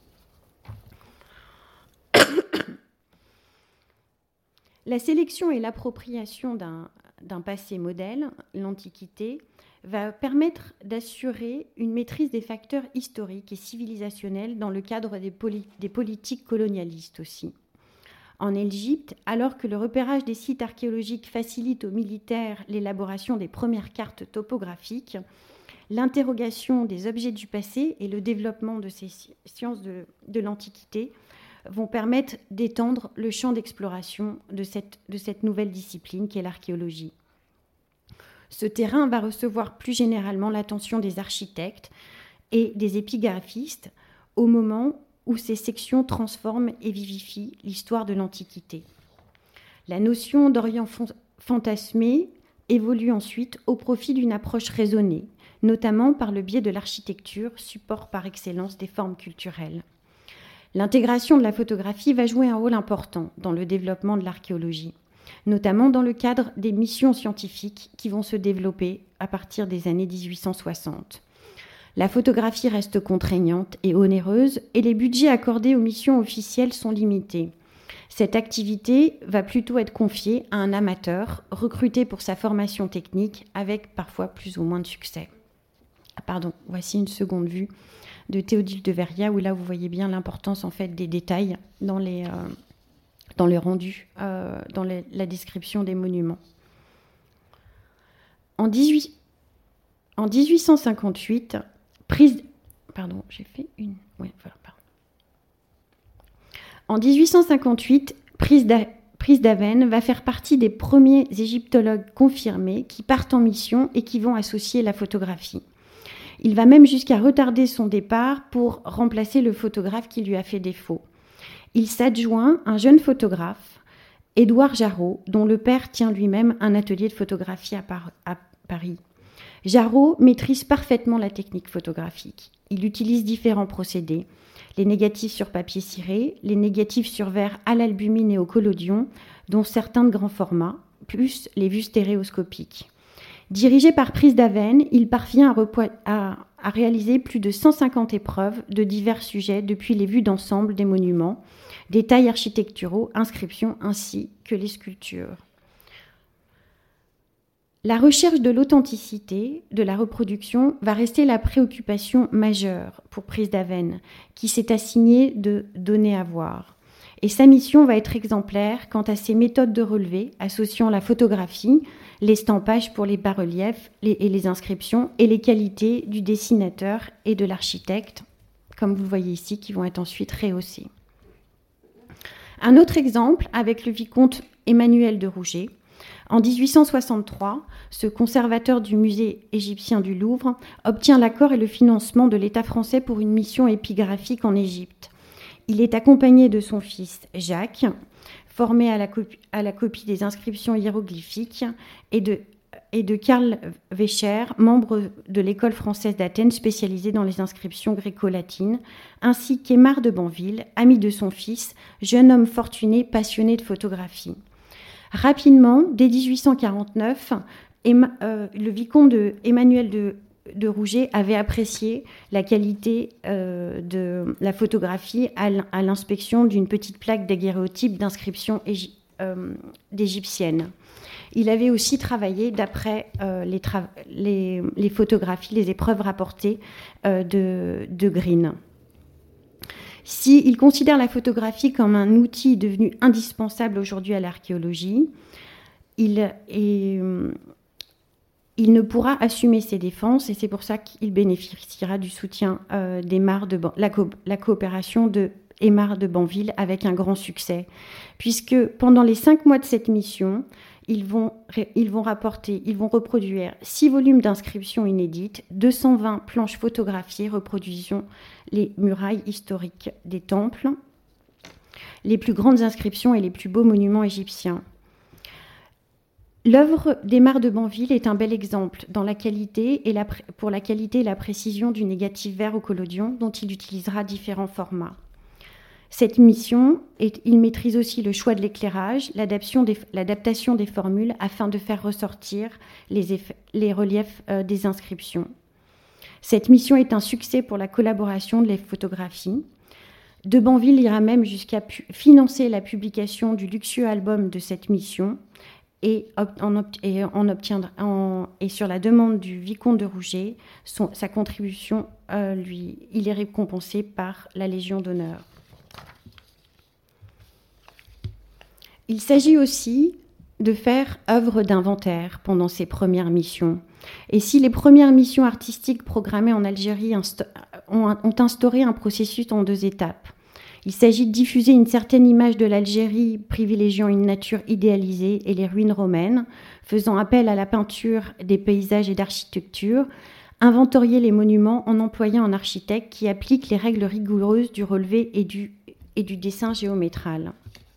Speaker 3: La sélection et l'appropriation d'un, d'un passé modèle, l'Antiquité, va permettre d'assurer une maîtrise des facteurs historiques et civilisationnels dans le cadre des, poli- des politiques colonialistes aussi. En Égypte, alors que le repérage des sites archéologiques facilite aux militaires l'élaboration des premières cartes topographiques, l'interrogation des objets du passé et le développement de ces sciences de, de l'Antiquité vont permettre d'étendre le champ d'exploration de cette, de cette nouvelle discipline qu'est l'archéologie. Ce terrain va recevoir plus généralement l'attention des architectes et des épigraphistes au moment où ces sections transforment et vivifient l'histoire de l'Antiquité. La notion d'Orient fantasmé évolue ensuite au profit d'une approche raisonnée, notamment par le biais de l'architecture, support par excellence des formes culturelles. L'intégration de la photographie va jouer un rôle important dans le développement de l'archéologie, notamment dans le cadre des missions scientifiques qui vont se développer à partir des années dix-huit cent soixante. La photographie reste contraignante et onéreuse et les budgets accordés aux missions officielles sont limités. Cette activité va plutôt être confiée à un amateur recruté pour sa formation technique avec parfois plus ou moins de succès. Ah, pardon, voici une seconde vue de Théodule de Verrières où là vous voyez bien l'importance en fait des détails dans les, euh, dans les rendus, euh, dans les, la description des monuments. En, dix-huit, en dix-huit cent cinquante-huit, prise, pardon, j'ai fait une, ouais, voilà, pardon. En dix-huit cent cinquante-huit, Prise d'Aven va faire partie des premiers égyptologues confirmés qui partent en mission et qui vont associer la photographie. Il va même jusqu'à retarder son départ pour remplacer le photographe qui lui a fait défaut. Il s'adjoint un jeune photographe, Édouard Jarreau, dont le père tient lui-même un atelier de photographie à, Par- à Paris. Jarreau maîtrise parfaitement la technique photographique. Il utilise différents procédés, les négatifs sur papier ciré, les négatifs sur verre à l'albumine et au collodion, dont certains de grand format, plus les vues stéréoscopiques. Dirigé par Prise d'Aven, il parvient à, repo- à, à réaliser plus de cent cinquante épreuves de divers sujets, depuis les vues d'ensemble des monuments, détails architecturaux, inscriptions, ainsi que les sculptures. La recherche de l'authenticité de la reproduction va rester la préoccupation majeure pour Prise d'Aven, qui s'est assigné de donner à voir. Et sa mission va être exemplaire quant à ses méthodes de relevé, associant la photographie, l'estampage pour les bas-reliefs et les inscriptions, et les qualités du dessinateur et de l'architecte, comme vous le voyez ici, qui vont être ensuite rehaussées. Un autre exemple avec le vicomte Emmanuel de Rouget. En dix-huit cent soixante-trois, ce conservateur du musée égyptien du Louvre obtient l'accord et le financement de l'État français pour une mission épigraphique en Égypte. Il est accompagné de son fils Jacques, formé à la copie, à la copie des inscriptions hiéroglyphiques, et de, et de Karl Wecher, membre de l'école française d'Athènes spécialisée dans les inscriptions gréco-latines, ainsi qu'Aymar de Banville, ami de son fils, jeune homme fortuné passionné de photographie. Rapidement, dès dix-huit cent quarante-neuf, Emma, euh, le vicomte de Emmanuel de, de Rouget avait apprécié la qualité euh, de la photographie à, à l'inspection d'une petite plaque daguerréotype d'inscription égy, euh, d'égyptienne. Il avait aussi travaillé d'après euh, les, tra- les, les photographies, les épreuves rapportées euh, de, de Green. S'il considère la photographie comme un outil devenu indispensable aujourd'hui à l'archéologie, il, est, il ne pourra assumer ses défenses et c'est pour ça qu'il bénéficiera du soutien euh, d'Aymar de Ban- la, co- la coopération de Aymar de Banville avec un grand succès, puisque pendant les cinq mois de cette mission, ils vont, ils vont rapporter, ils vont reproduire six volumes d'inscriptions inédites, deux cent vingt planches photographiées reproduisant les murailles historiques des temples, les plus grandes inscriptions et les plus beaux monuments égyptiens. L'œuvre d'Aymar de Banville est un bel exemple dans la qualité et la, pour la qualité et la précision du négatif vert au collodion dont il utilisera différents formats. Cette mission, est, il maîtrise aussi le choix de l'éclairage, l'adaptation des, l'adaptation des formules afin de faire ressortir les, effets, les reliefs euh, des inscriptions. Cette mission est un succès pour la collaboration de les photographies. De Banville ira même jusqu'à pu- financer la publication du luxueux album de cette mission et, en, et, en obtiendra, en, et sur la demande du vicomte de Rouget, son, sa contribution, euh, lui, il est récompensé par la Légion d'honneur. Il s'agit aussi de faire œuvre d'inventaire pendant ces premières missions. Et si les premières missions artistiques programmées en Algérie insta- ont, ont instauré un processus en deux étapes, il s'agit de diffuser une certaine image de l'Algérie privilégiant une nature idéalisée et les ruines romaines, faisant appel à la peinture des paysages et d'architecture, inventorier les monuments en employant un architecte qui applique les règles rigoureuses du relevé et du, et du dessin géométral.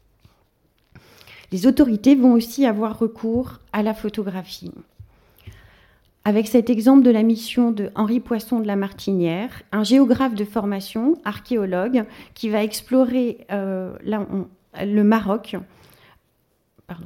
Speaker 3: Les autorités vont aussi avoir recours à la photographie. Avec cet exemple de la mission de Henri Poisson de la Martinière, un géographe de formation, archéologue, qui va explorer euh, là, on, le Maroc, pardon,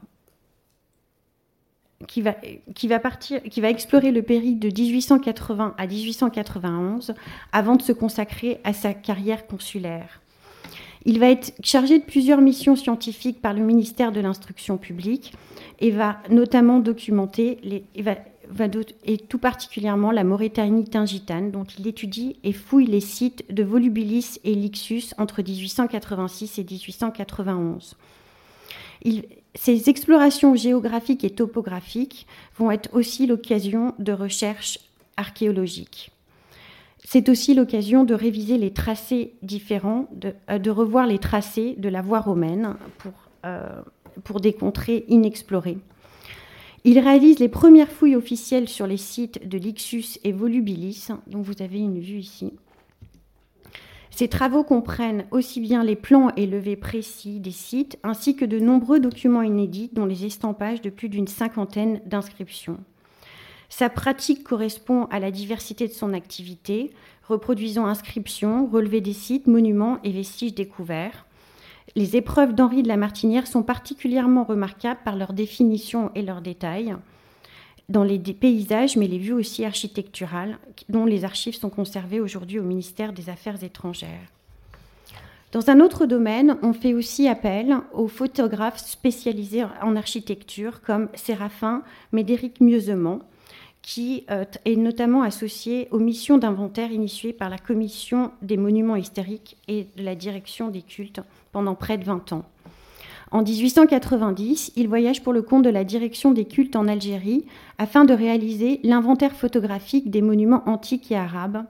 Speaker 3: qui va, qui, va partir, qui va explorer le périple de dix-huit cent quatre-vingts à dix-huit cent quatre-vingt-onze avant de se consacrer à sa carrière consulaire. Il va être chargé de plusieurs missions scientifiques par le ministère de l'Instruction publique et va notamment documenter, les, et, va, va do- et tout particulièrement la Mauritanie tingitane, dont il étudie et fouille les sites de Volubilis et Lixus entre dix-huit cent quatre-vingt-six et dix-huit cent quatre-vingt-onze. Il, ces explorations géographiques et topographiques vont être aussi l'occasion de recherches archéologiques. C'est aussi l'occasion de réviser les tracés différents, de, de revoir les tracés de la voie romaine pour, euh, pour des contrées inexplorées. Il réalise les premières fouilles officielles sur les sites de Lixus et Volubilis, dont vous avez une vue ici. Ces travaux comprennent aussi bien les plans et levés précis des sites, ainsi que de nombreux documents inédits, dont les estampages de plus d'une cinquantaine d'inscriptions. Sa pratique correspond à la diversité de son activité, reproduisant inscriptions, relevés des sites, monuments et vestiges découverts. Les épreuves d'Henri de la Martinière sont particulièrement remarquables par leur définition et leurs détails dans les paysages, mais les vues aussi architecturales, dont les archives sont conservées aujourd'hui au ministère des Affaires étrangères. Dans un autre domaine, on fait aussi appel aux photographes spécialisés en architecture comme Séraphin Médéric Mieuxemont, qui euh, est notamment associé aux missions d'inventaire initiées par la Commission des monuments historiques et de la Direction des cultes pendant près de vingt ans. En dix-huit cent quatre-vingt-dix, il voyage pour le compte de la Direction des cultes en Algérie afin de réaliser l'inventaire photographique des monuments antiques et arabes,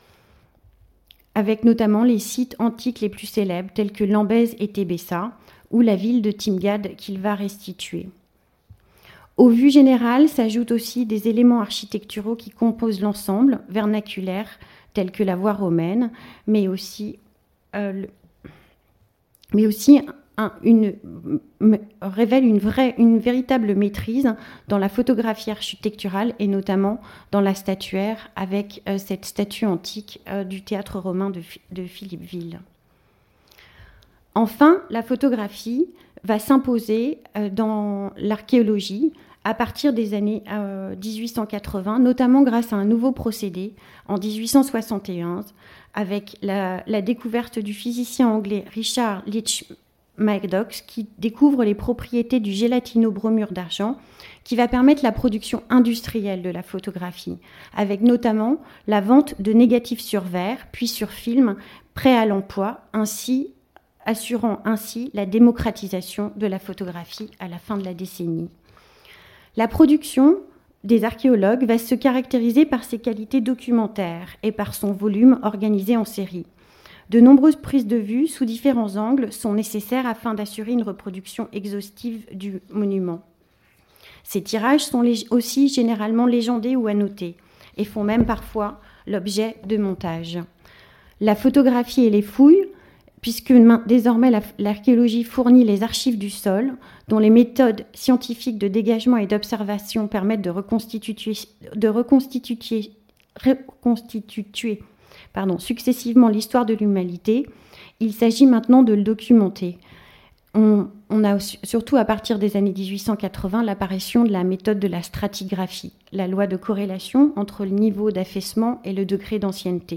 Speaker 3: avec notamment les sites antiques les plus célèbres tels que Lambèse et Tébessa, ou la ville de Timgad qu'il va restituer. Aux vues générales s'ajoutent aussi des éléments architecturaux qui composent l'ensemble, vernaculaire, tels que la voie romaine, mais aussi, euh, le, mais aussi un, une, me, révèle une, vraie, une véritable maîtrise dans la photographie architecturale et notamment dans la statuaire avec euh, cette statue antique euh, du théâtre romain de, de Philippeville. Enfin, la photographie va s'imposer euh, dans l'archéologie à partir des années euh, dix-huit cent quatre-vingts, notamment grâce à un nouveau procédé en dix-huit cent soixante et onze, avec la, la découverte du physicien anglais Richard Leach Maddox, qui découvre les propriétés du gélatino-bromure d'argent, qui va permettre la production industrielle de la photographie, avec notamment la vente de négatifs sur verre, puis sur film, prêts à l'emploi, ainsi assurant ainsi la démocratisation de la photographie à la fin de la décennie. La production des archéologues va se caractériser par ses qualités documentaires et par son volume organisé en série. De nombreuses prises de vue sous différents angles sont nécessaires afin d'assurer une reproduction exhaustive du monument. Ces tirages sont aussi généralement légendés ou annotés et font même parfois l'objet de montages. La photographie et les fouilles, puisque désormais l'archéologie fournit les archives du sol, dont les méthodes scientifiques de dégagement et d'observation permettent de reconstituer, de reconstituer, reconstituer pardon, successivement l'histoire de l'humanité, il s'agit maintenant de le documenter. On, on a surtout à partir des années dix-huit cent quatre-vingts l'apparition de la méthode de la stratigraphie, la loi de corrélation entre le niveau d'affaissement et le degré d'ancienneté.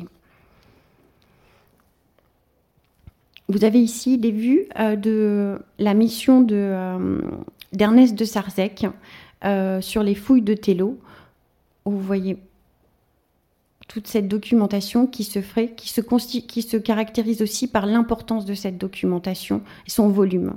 Speaker 3: Vous avez ici des vues euh, de la mission de, euh, d'Ernest de Sarzec euh, sur les fouilles de Télo, où vous voyez toute cette documentation qui se ferait, qui se, consti- qui se caractérise aussi par l'importance de cette documentation et son volume.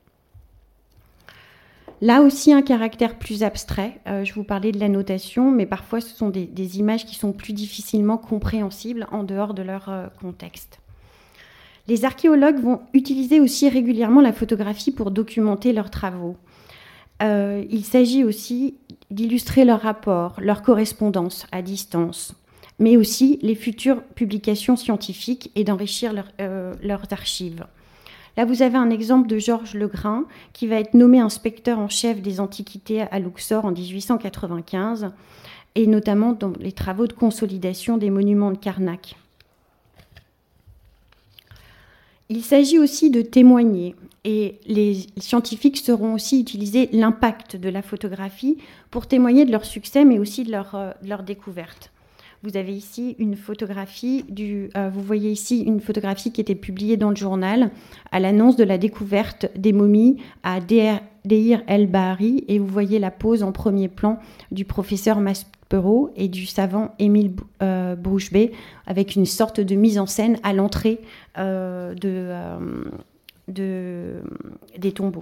Speaker 3: Là aussi, un caractère plus abstrait. Euh, je vous parlais de la notation, mais parfois ce sont des, des images qui sont plus difficilement compréhensibles en dehors de leur euh, contexte. Les archéologues vont utiliser aussi régulièrement la photographie pour documenter leurs travaux. Euh, il s'agit aussi d'illustrer leurs rapports, leurs correspondances à distance, mais aussi les futures publications scientifiques et d'enrichir leur, euh, leurs archives. Là, vous avez un exemple de Georges Legrain, qui va être nommé inspecteur en chef des antiquités à Luxor en dix-huit cent quatre-vingt-quinze, et notamment dans les travaux de consolidation des monuments de Karnak. Il s'agit aussi de témoigner, et les scientifiques sauront aussi utiliser l'impact de la photographie pour témoigner de leur succès, mais aussi de leur, euh, de leur découverte. Vous avez ici une photographie, du, euh, vous voyez ici une photographie qui était publiée dans le journal à l'annonce de la découverte des momies à Deir el-Bahari, et vous voyez la pose en premier plan du professeur Maspero et du savant Émile euh, Brouchbet, avec une sorte de mise en scène à l'entrée euh, de, euh, de, des tombeaux.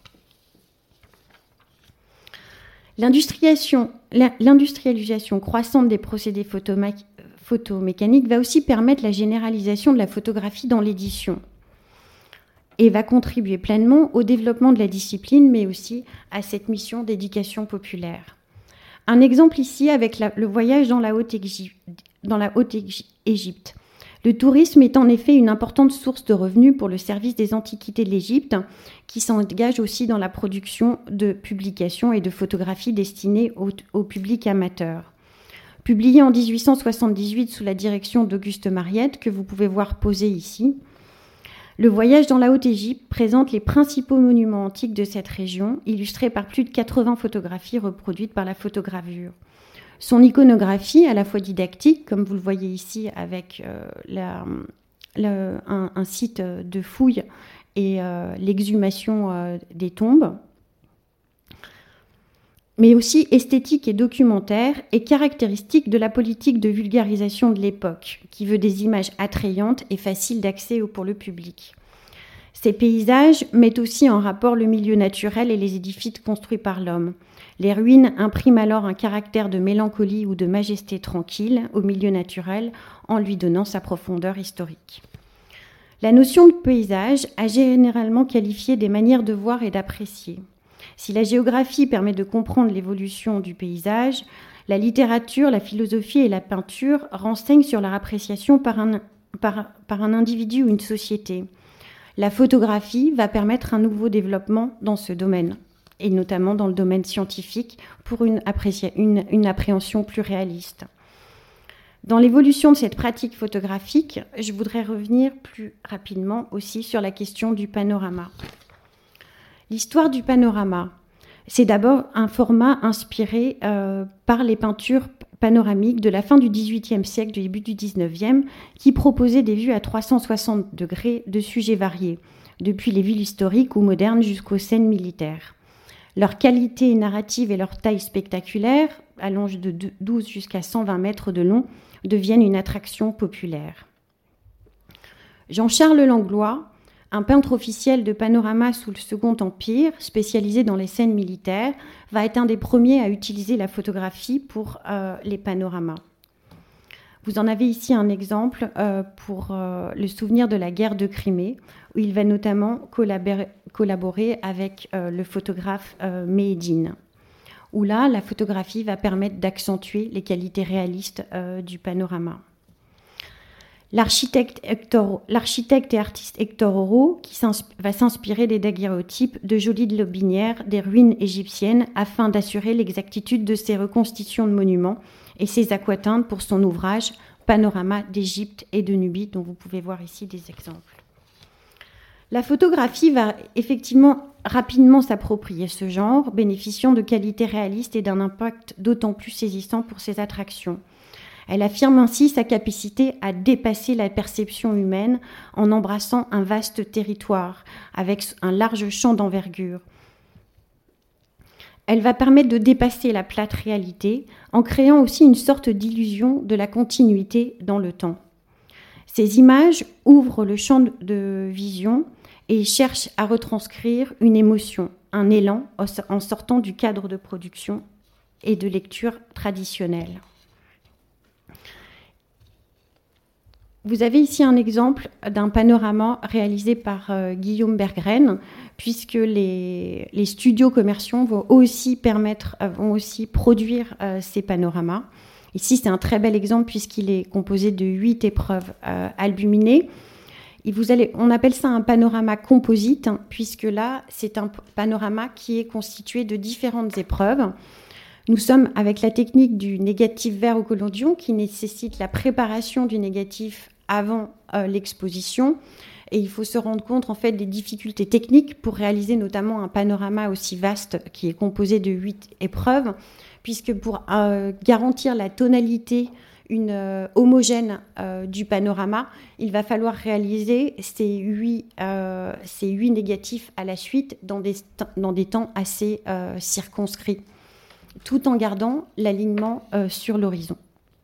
Speaker 3: L'industrialisation, l'industrialisation croissante des procédés photomécaniques va aussi permettre la généralisation de la photographie dans l'édition et va contribuer pleinement au développement de la discipline, mais aussi à cette mission d'éducation populaire. Un exemple ici avec la, le voyage dans la Haute-Égypte. Dans la Haute-Égypte. Le tourisme est en effet une importante source de revenus pour le service des antiquités de l'Égypte, qui s'engage aussi dans la production de publications et de photographies destinées au, au public amateur. Publié en dix-huit cent soixante-dix-huit sous la direction d'Auguste Mariette, que vous pouvez voir posé ici, le voyage dans la Haute-Égypte présente les principaux monuments antiques de cette région, illustrés par plus de quatre-vingts photographies reproduites par la photogravure. Son iconographie, à la fois didactique, comme vous le voyez ici avec euh, la, la, un, un site de fouille et euh, l'exhumation euh, des tombes, mais aussi esthétique et documentaire, et caractéristique de la politique de vulgarisation de l'époque, qui veut des images attrayantes et faciles d'accès pour le public. Ces paysages mettent aussi en rapport le milieu naturel et les édifices construits par l'homme. Les ruines impriment alors un caractère de mélancolie ou de majesté tranquille au milieu naturel, en lui donnant sa profondeur historique. La notion de paysage a généralement qualifié des manières de voir et d'apprécier. Si la géographie permet de comprendre l'évolution du paysage, la littérature, la philosophie et la peinture renseignent sur leur appréciation par un, par, par un individu ou une société. La photographie va permettre un nouveau développement dans ce domaine, et notamment dans le domaine scientifique, pour une, apprécia- une, une appréhension plus réaliste. Dans l'évolution de cette pratique photographique, je voudrais revenir plus rapidement aussi sur la question du panorama. L'histoire du panorama, c'est d'abord un format inspiré euh, par les peintures panoramiques de la fin du dix-huitième siècle, du début du dix-neuvième, qui proposaient des vues à trois cent soixante degrés de sujets variés, depuis les villes historiques ou modernes jusqu'aux scènes militaires. Leur qualité narrative et leur taille spectaculaire, allongent de douze jusqu'à cent vingt mètres de long, deviennent une attraction populaire. Jean-Charles Langlois un peintre officiel de panorama sous le Second Empire, spécialisé dans les scènes militaires, va être un des premiers à utiliser la photographie pour euh, les panoramas. Vous en avez ici un exemple euh, pour euh, le souvenir de la guerre de Crimée, où il va notamment collaborer, collaborer avec euh, le photographe euh, Méhédine, où là, la photographie va permettre d'accentuer les qualités réalistes euh, du panorama. L'architecte, Hector, l'architecte et artiste Hector Oro qui va s'inspirer des daguerréotypes de Joly de Lotbinière des ruines égyptiennes afin d'assurer l'exactitude de ses reconstitutions de monuments et ses aquateintes pour son ouvrage Panorama d'Égypte et de Nubie, dont vous pouvez voir ici des exemples. La photographie va effectivement rapidement s'approprier ce genre, bénéficiant de qualités réalistes et d'un impact d'autant plus saisissant pour ses attractions. Elle affirme ainsi sa capacité à dépasser la perception humaine en embrassant un vaste territoire avec un large champ d'envergure. Elle va permettre de dépasser la plate réalité en créant aussi une sorte d'illusion de la continuité dans le temps. Ces images ouvrent le champ de vision et cherchent à retranscrire une émotion, un élan en sortant du cadre de production et de lecture traditionnelle. Vous avez ici un exemple d'un panorama réalisé par euh, Guillaume Berggren, puisque les, les studios commerciaux vont aussi permettre, euh, vont aussi produire euh, ces panoramas. Ici, c'est un très bel exemple puisqu'il est composé de huit épreuves euh, albuminées. Et vous allez, on appelle ça un panorama composite, hein, puisque là, c'est un panorama qui est constitué de différentes épreuves. Nous sommes avec la technique du négatif vert au collodion qui nécessite la préparation du négatif avant euh, l'exposition. Et il faut se rendre compte en fait des difficultés techniques pour réaliser notamment un panorama aussi vaste qui est composé de huit épreuves, puisque pour euh, garantir la tonalité une, euh, homogène euh, du panorama, il va falloir réaliser ces huit, euh, ces huit négatifs à la suite dans des, dans des temps assez euh, circonscrits, tout en gardant l'alignement euh, sur l'horizon.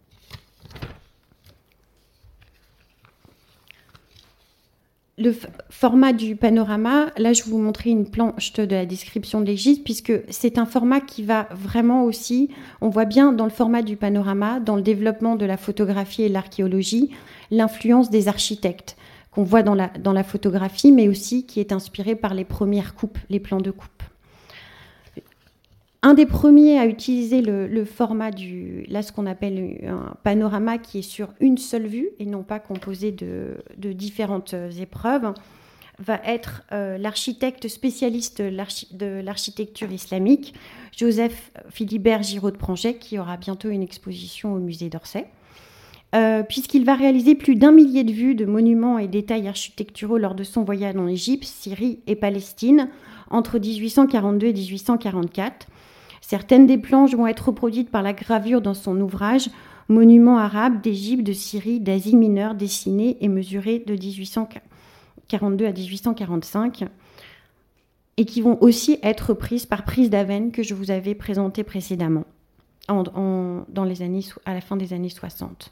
Speaker 3: Le f- format du panorama, là je vais vous montrer une planche de la description de l'Égypte, puisque c'est un format qui va vraiment aussi, on voit bien dans le format du panorama, dans le développement de la photographie et de l'archéologie, l'influence des architectes qu'on voit dans la, dans la photographie, mais aussi qui est inspirée par les premières coupes, les plans de coupe. Un des premiers à utiliser le, le format du, là ce qu'on appelle un panorama qui est sur une seule vue et non pas composé de, de différentes épreuves, va être euh, l'architecte spécialiste l'archi- de l'architecture islamique, Joseph Philibert Giraud de Pranget, qui aura bientôt une exposition au musée d'Orsay, euh, puisqu'il va réaliser plus d'un millier de vues de monuments et détails architecturaux lors de son voyage en Égypte, Syrie et Palestine entre dix-huit cent quarante-deux et dix-huit cent quarante-quatre. Certaines des planches vont être reproduites par la gravure dans son ouvrage « Monuments arabes d'Égypte, de Syrie, d'Asie mineure, dessinés et mesurés de dix-huit cent quarante-deux à dix-huit cent quarante-cinq » et qui vont aussi être prises par Prise d'Aven que je vous avais présenté précédemment en, en, dans les années, à la fin des années soixante.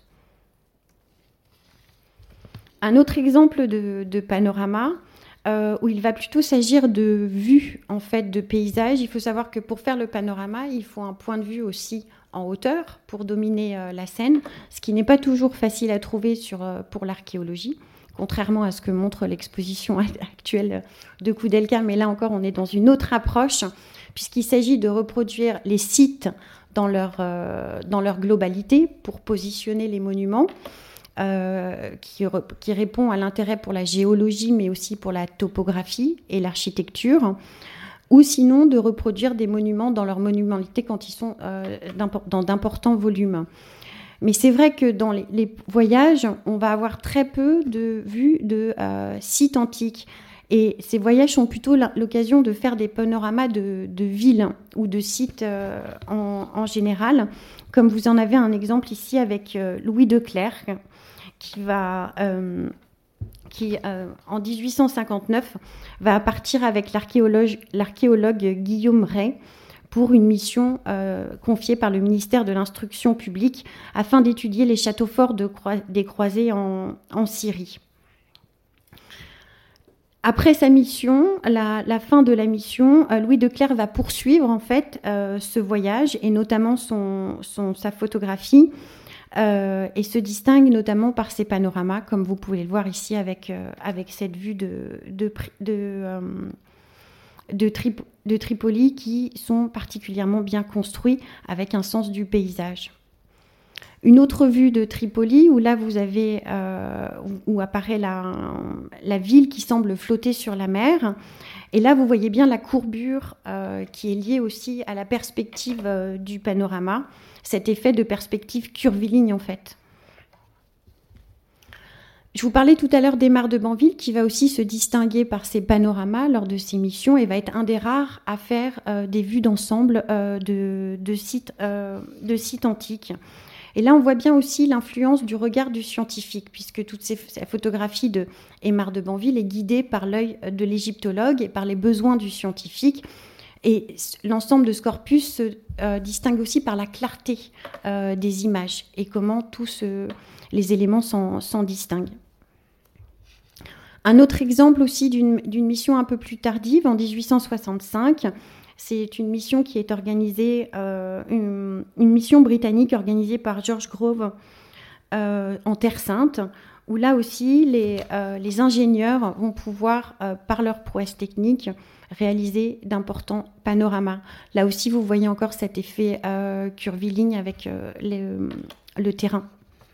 Speaker 3: Un autre exemple de, de panorama Euh, où il va plutôt s'agir de vues en fait, de paysages. Il faut savoir que pour faire le panorama, il faut un point de vue aussi en hauteur pour dominer euh, la scène, ce qui n'est pas toujours facile à trouver sur, euh, pour l'archéologie, contrairement à ce que montre l'exposition actuelle de Koudelka. Mais là encore, on est dans une autre approche, puisqu'il s'agit de reproduire les sites dans leur, euh, dans leur globalité pour positionner les monuments. Euh, qui, qui répond à l'intérêt pour la géologie, mais aussi pour la topographie et l'architecture, ou sinon de reproduire des monuments dans leur monumentalité quand ils sont euh, dans d'importants volumes. Mais c'est vrai que dans les, les voyages, on va avoir très peu de vues de euh, sites antiques. Et ces voyages sont plutôt l'occasion de faire des panoramas de, de villes ou de sites euh, en, en général, comme vous en avez un exemple ici avec euh, Louis de Clercq, qui va, euh, qui euh, en dix-huit cent cinquante-neuf va partir avec l'archéologue, l'archéologue Guillaume Rey pour une mission euh, confiée par le ministère de l'Instruction publique afin d'étudier les châteaux forts de Croi- des croisés en, en Syrie. Après sa mission, la, la fin de la mission, euh, Louis de Clères va poursuivre en fait euh, ce voyage et notamment son, son, sa photographie euh, et se distingue notamment par ses panoramas, comme vous pouvez le voir ici avec, euh, avec cette vue de, de, de, euh, de, Trip, de Tripoli qui sont particulièrement bien construits avec un sens du paysage. Une autre vue de Tripoli, où là vous avez, euh, où, où apparaît la, la ville qui semble flotter sur la mer. Et là vous voyez bien la courbure euh, qui est liée aussi à la perspective euh, du panorama, cet effet de perspective curviligne en fait. Je vous parlais tout à l'heure d'Aimar de Banville qui va aussi se distinguer par ses panoramas lors de ses missions et va être un des rares à faire euh, des vues d'ensemble euh, de, de, sites, euh, de sites antiques. Et là, on voit bien aussi l'influence du regard du scientifique, puisque toute ces, ces photographies de Aimar de Banville est guidée par l'œil de l'égyptologue et par les besoins du scientifique. Et l'ensemble de ce corpus se euh, distingue aussi par la clarté euh, des images et comment tous euh, les éléments s'en, s'en distinguent. Un autre exemple aussi d'une, d'une mission un peu plus tardive, en dix-huit cent soixante-cinq, c'est une mission qui est organisée, euh, une, une mission britannique organisée par George Grove euh, en Terre Sainte, où là aussi les, euh, les ingénieurs vont pouvoir, euh, par leur prouesse technique, réaliser d'importants panoramas. Là aussi, vous voyez encore cet effet euh, curviligne avec euh, les, le terrain.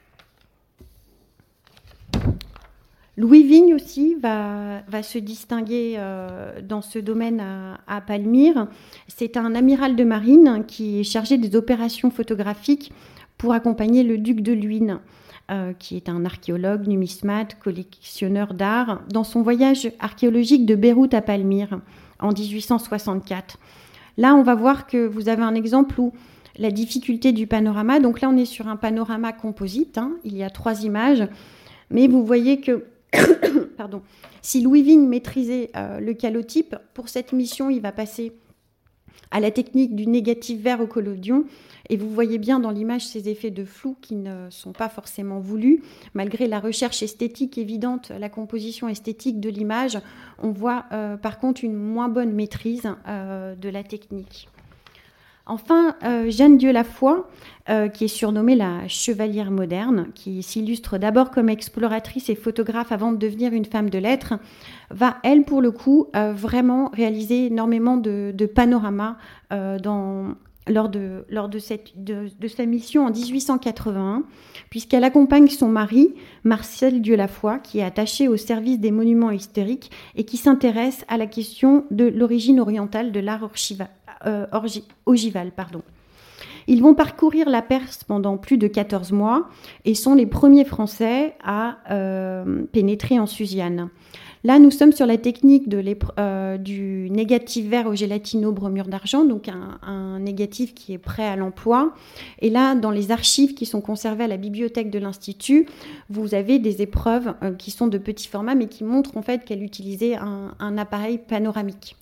Speaker 3: Louis Vigne aussi va, va se distinguer euh, dans ce domaine à, à Palmyre. C'est un amiral de marine qui est chargé des opérations photographiques pour accompagner le duc de Luynes, euh, qui est un archéologue, numismate, collectionneur d'art, dans son voyage archéologique de Beyrouth à Palmyre en dix-huit cent soixante-quatre. Là, on va voir que vous avez un exemple où la difficulté du panorama, donc là on est sur un panorama composite, hein, il y a trois images, mais vous voyez que Pardon. Si Louis Vigne maîtrisait euh, le calotype, pour cette mission, il va passer à la technique du négatif vert au collodion. Et vous voyez bien dans l'image ces effets de flou qui ne sont pas forcément voulus. Malgré la recherche esthétique évidente, la composition esthétique de l'image, on voit euh, par contre une moins bonne maîtrise euh, de la technique. Enfin, euh, Jeanne Dieulafoy, euh, qui est surnommée la chevalière moderne, qui s'illustre d'abord comme exploratrice et photographe avant de devenir une femme de lettres, va, elle, pour le coup, euh, vraiment réaliser énormément de, de panoramas euh, dans, lors, de, lors de, cette, de, de sa mission en dix-huit cent quatre-vingt-un, puisqu'elle accompagne son mari, Marcel Dieulafoy, qui est attaché au service des monuments historiques et qui s'intéresse à la question de l'origine orientale de l'art archival. Euh, ogival, pardon. Ils vont parcourir la Perse pendant plus de quatorze mois et sont les premiers Français à euh, pénétrer en Susiane. Là, nous sommes sur la technique de euh, du négatif vert au gélatino-bromure d'argent, donc un, un négatif qui est prêt à l'emploi. Et là, dans les archives qui sont conservées à la bibliothèque de l'Institut, vous avez des épreuves euh, qui sont de petit format, mais qui montrent en fait qu'elle utilisait un, un appareil panoramique.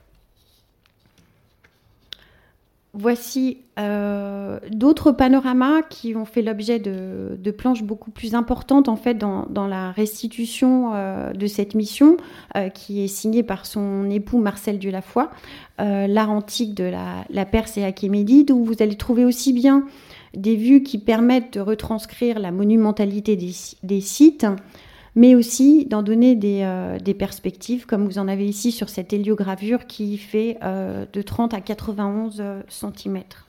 Speaker 3: Voici euh, d'autres panoramas qui ont fait l'objet de, de planches beaucoup plus importantes en fait dans, dans la restitution euh, de cette mission euh, qui est signée par son époux Marcel Dieulafoy, euh, l'art antique de la, la Perse et Achéménide, où vous allez trouver aussi bien des vues qui permettent de retranscrire la monumentalité des, des sites, mais aussi d'en donner des, euh, des perspectives, comme vous en avez ici sur cette héliogravure qui fait euh, de trente à quatre-vingt-onze centimètres.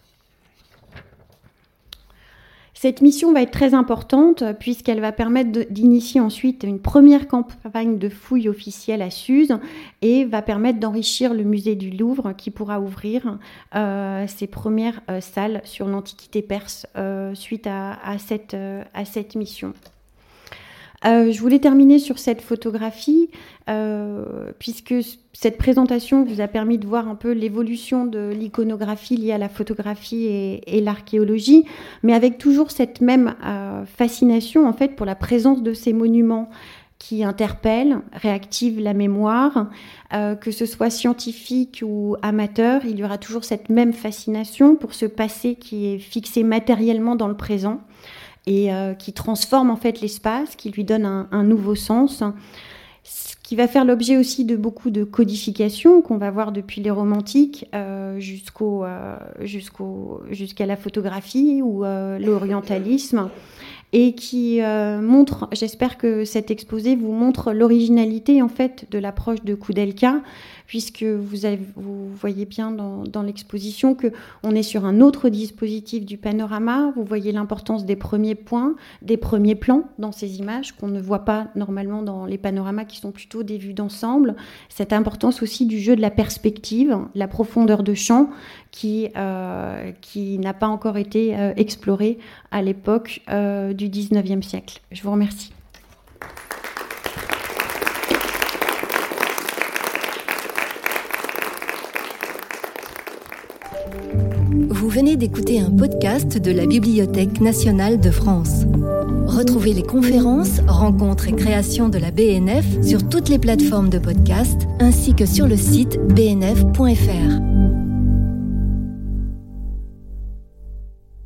Speaker 3: Cette mission va être très importante puisqu'elle va permettre de, d'initier ensuite une première campagne de fouilles officielles à Suse et va permettre d'enrichir le musée du Louvre qui pourra ouvrir euh, ses premières euh, salles sur l'Antiquité perse euh, suite à, à, cette, euh, à cette mission. Euh, je voulais terminer sur cette photographie, euh, puisque cette présentation vous a permis de voir un peu l'évolution de l'iconographie liée à la photographie et, et l'archéologie, mais avec toujours cette même euh, fascination en fait pour la présence de ces monuments qui interpellent, réactivent la mémoire, euh, que ce soit scientifique ou amateur, il y aura toujours cette même fascination pour ce passé qui est fixé matériellement dans le présent et euh, qui transforme en fait l'espace, qui lui donne un, un nouveau sens. ce qui va faire l'objet aussi de beaucoup de codifications qu'on va voir depuis les romantiques euh, jusqu'au, euh, jusqu'au, jusqu'à la photographie ou euh, l'orientalisme, et qui euh, montre, j'espère que cet exposé vous montre l'originalité en fait de l'approche de Koudelka, puisque vous, avez, vous voyez bien dans, dans l'exposition qu'on est sur un autre dispositif du panorama. Vous voyez l'importance des premiers points, des premiers plans dans ces images qu'on ne voit pas normalement dans les panoramas qui sont plutôt des vues d'ensemble. Cette importance aussi du jeu de la perspective, la profondeur de champ qui, euh, qui n'a pas encore été euh, explorée à l'époque euh, du dix-neuvième siècle. Je vous remercie.
Speaker 1: Vous venez d'écouter un podcast de la Bibliothèque nationale de France. Retrouvez les conférences, rencontres et créations de la B N F sur toutes les plateformes de podcast ainsi que sur le site b n f point f r.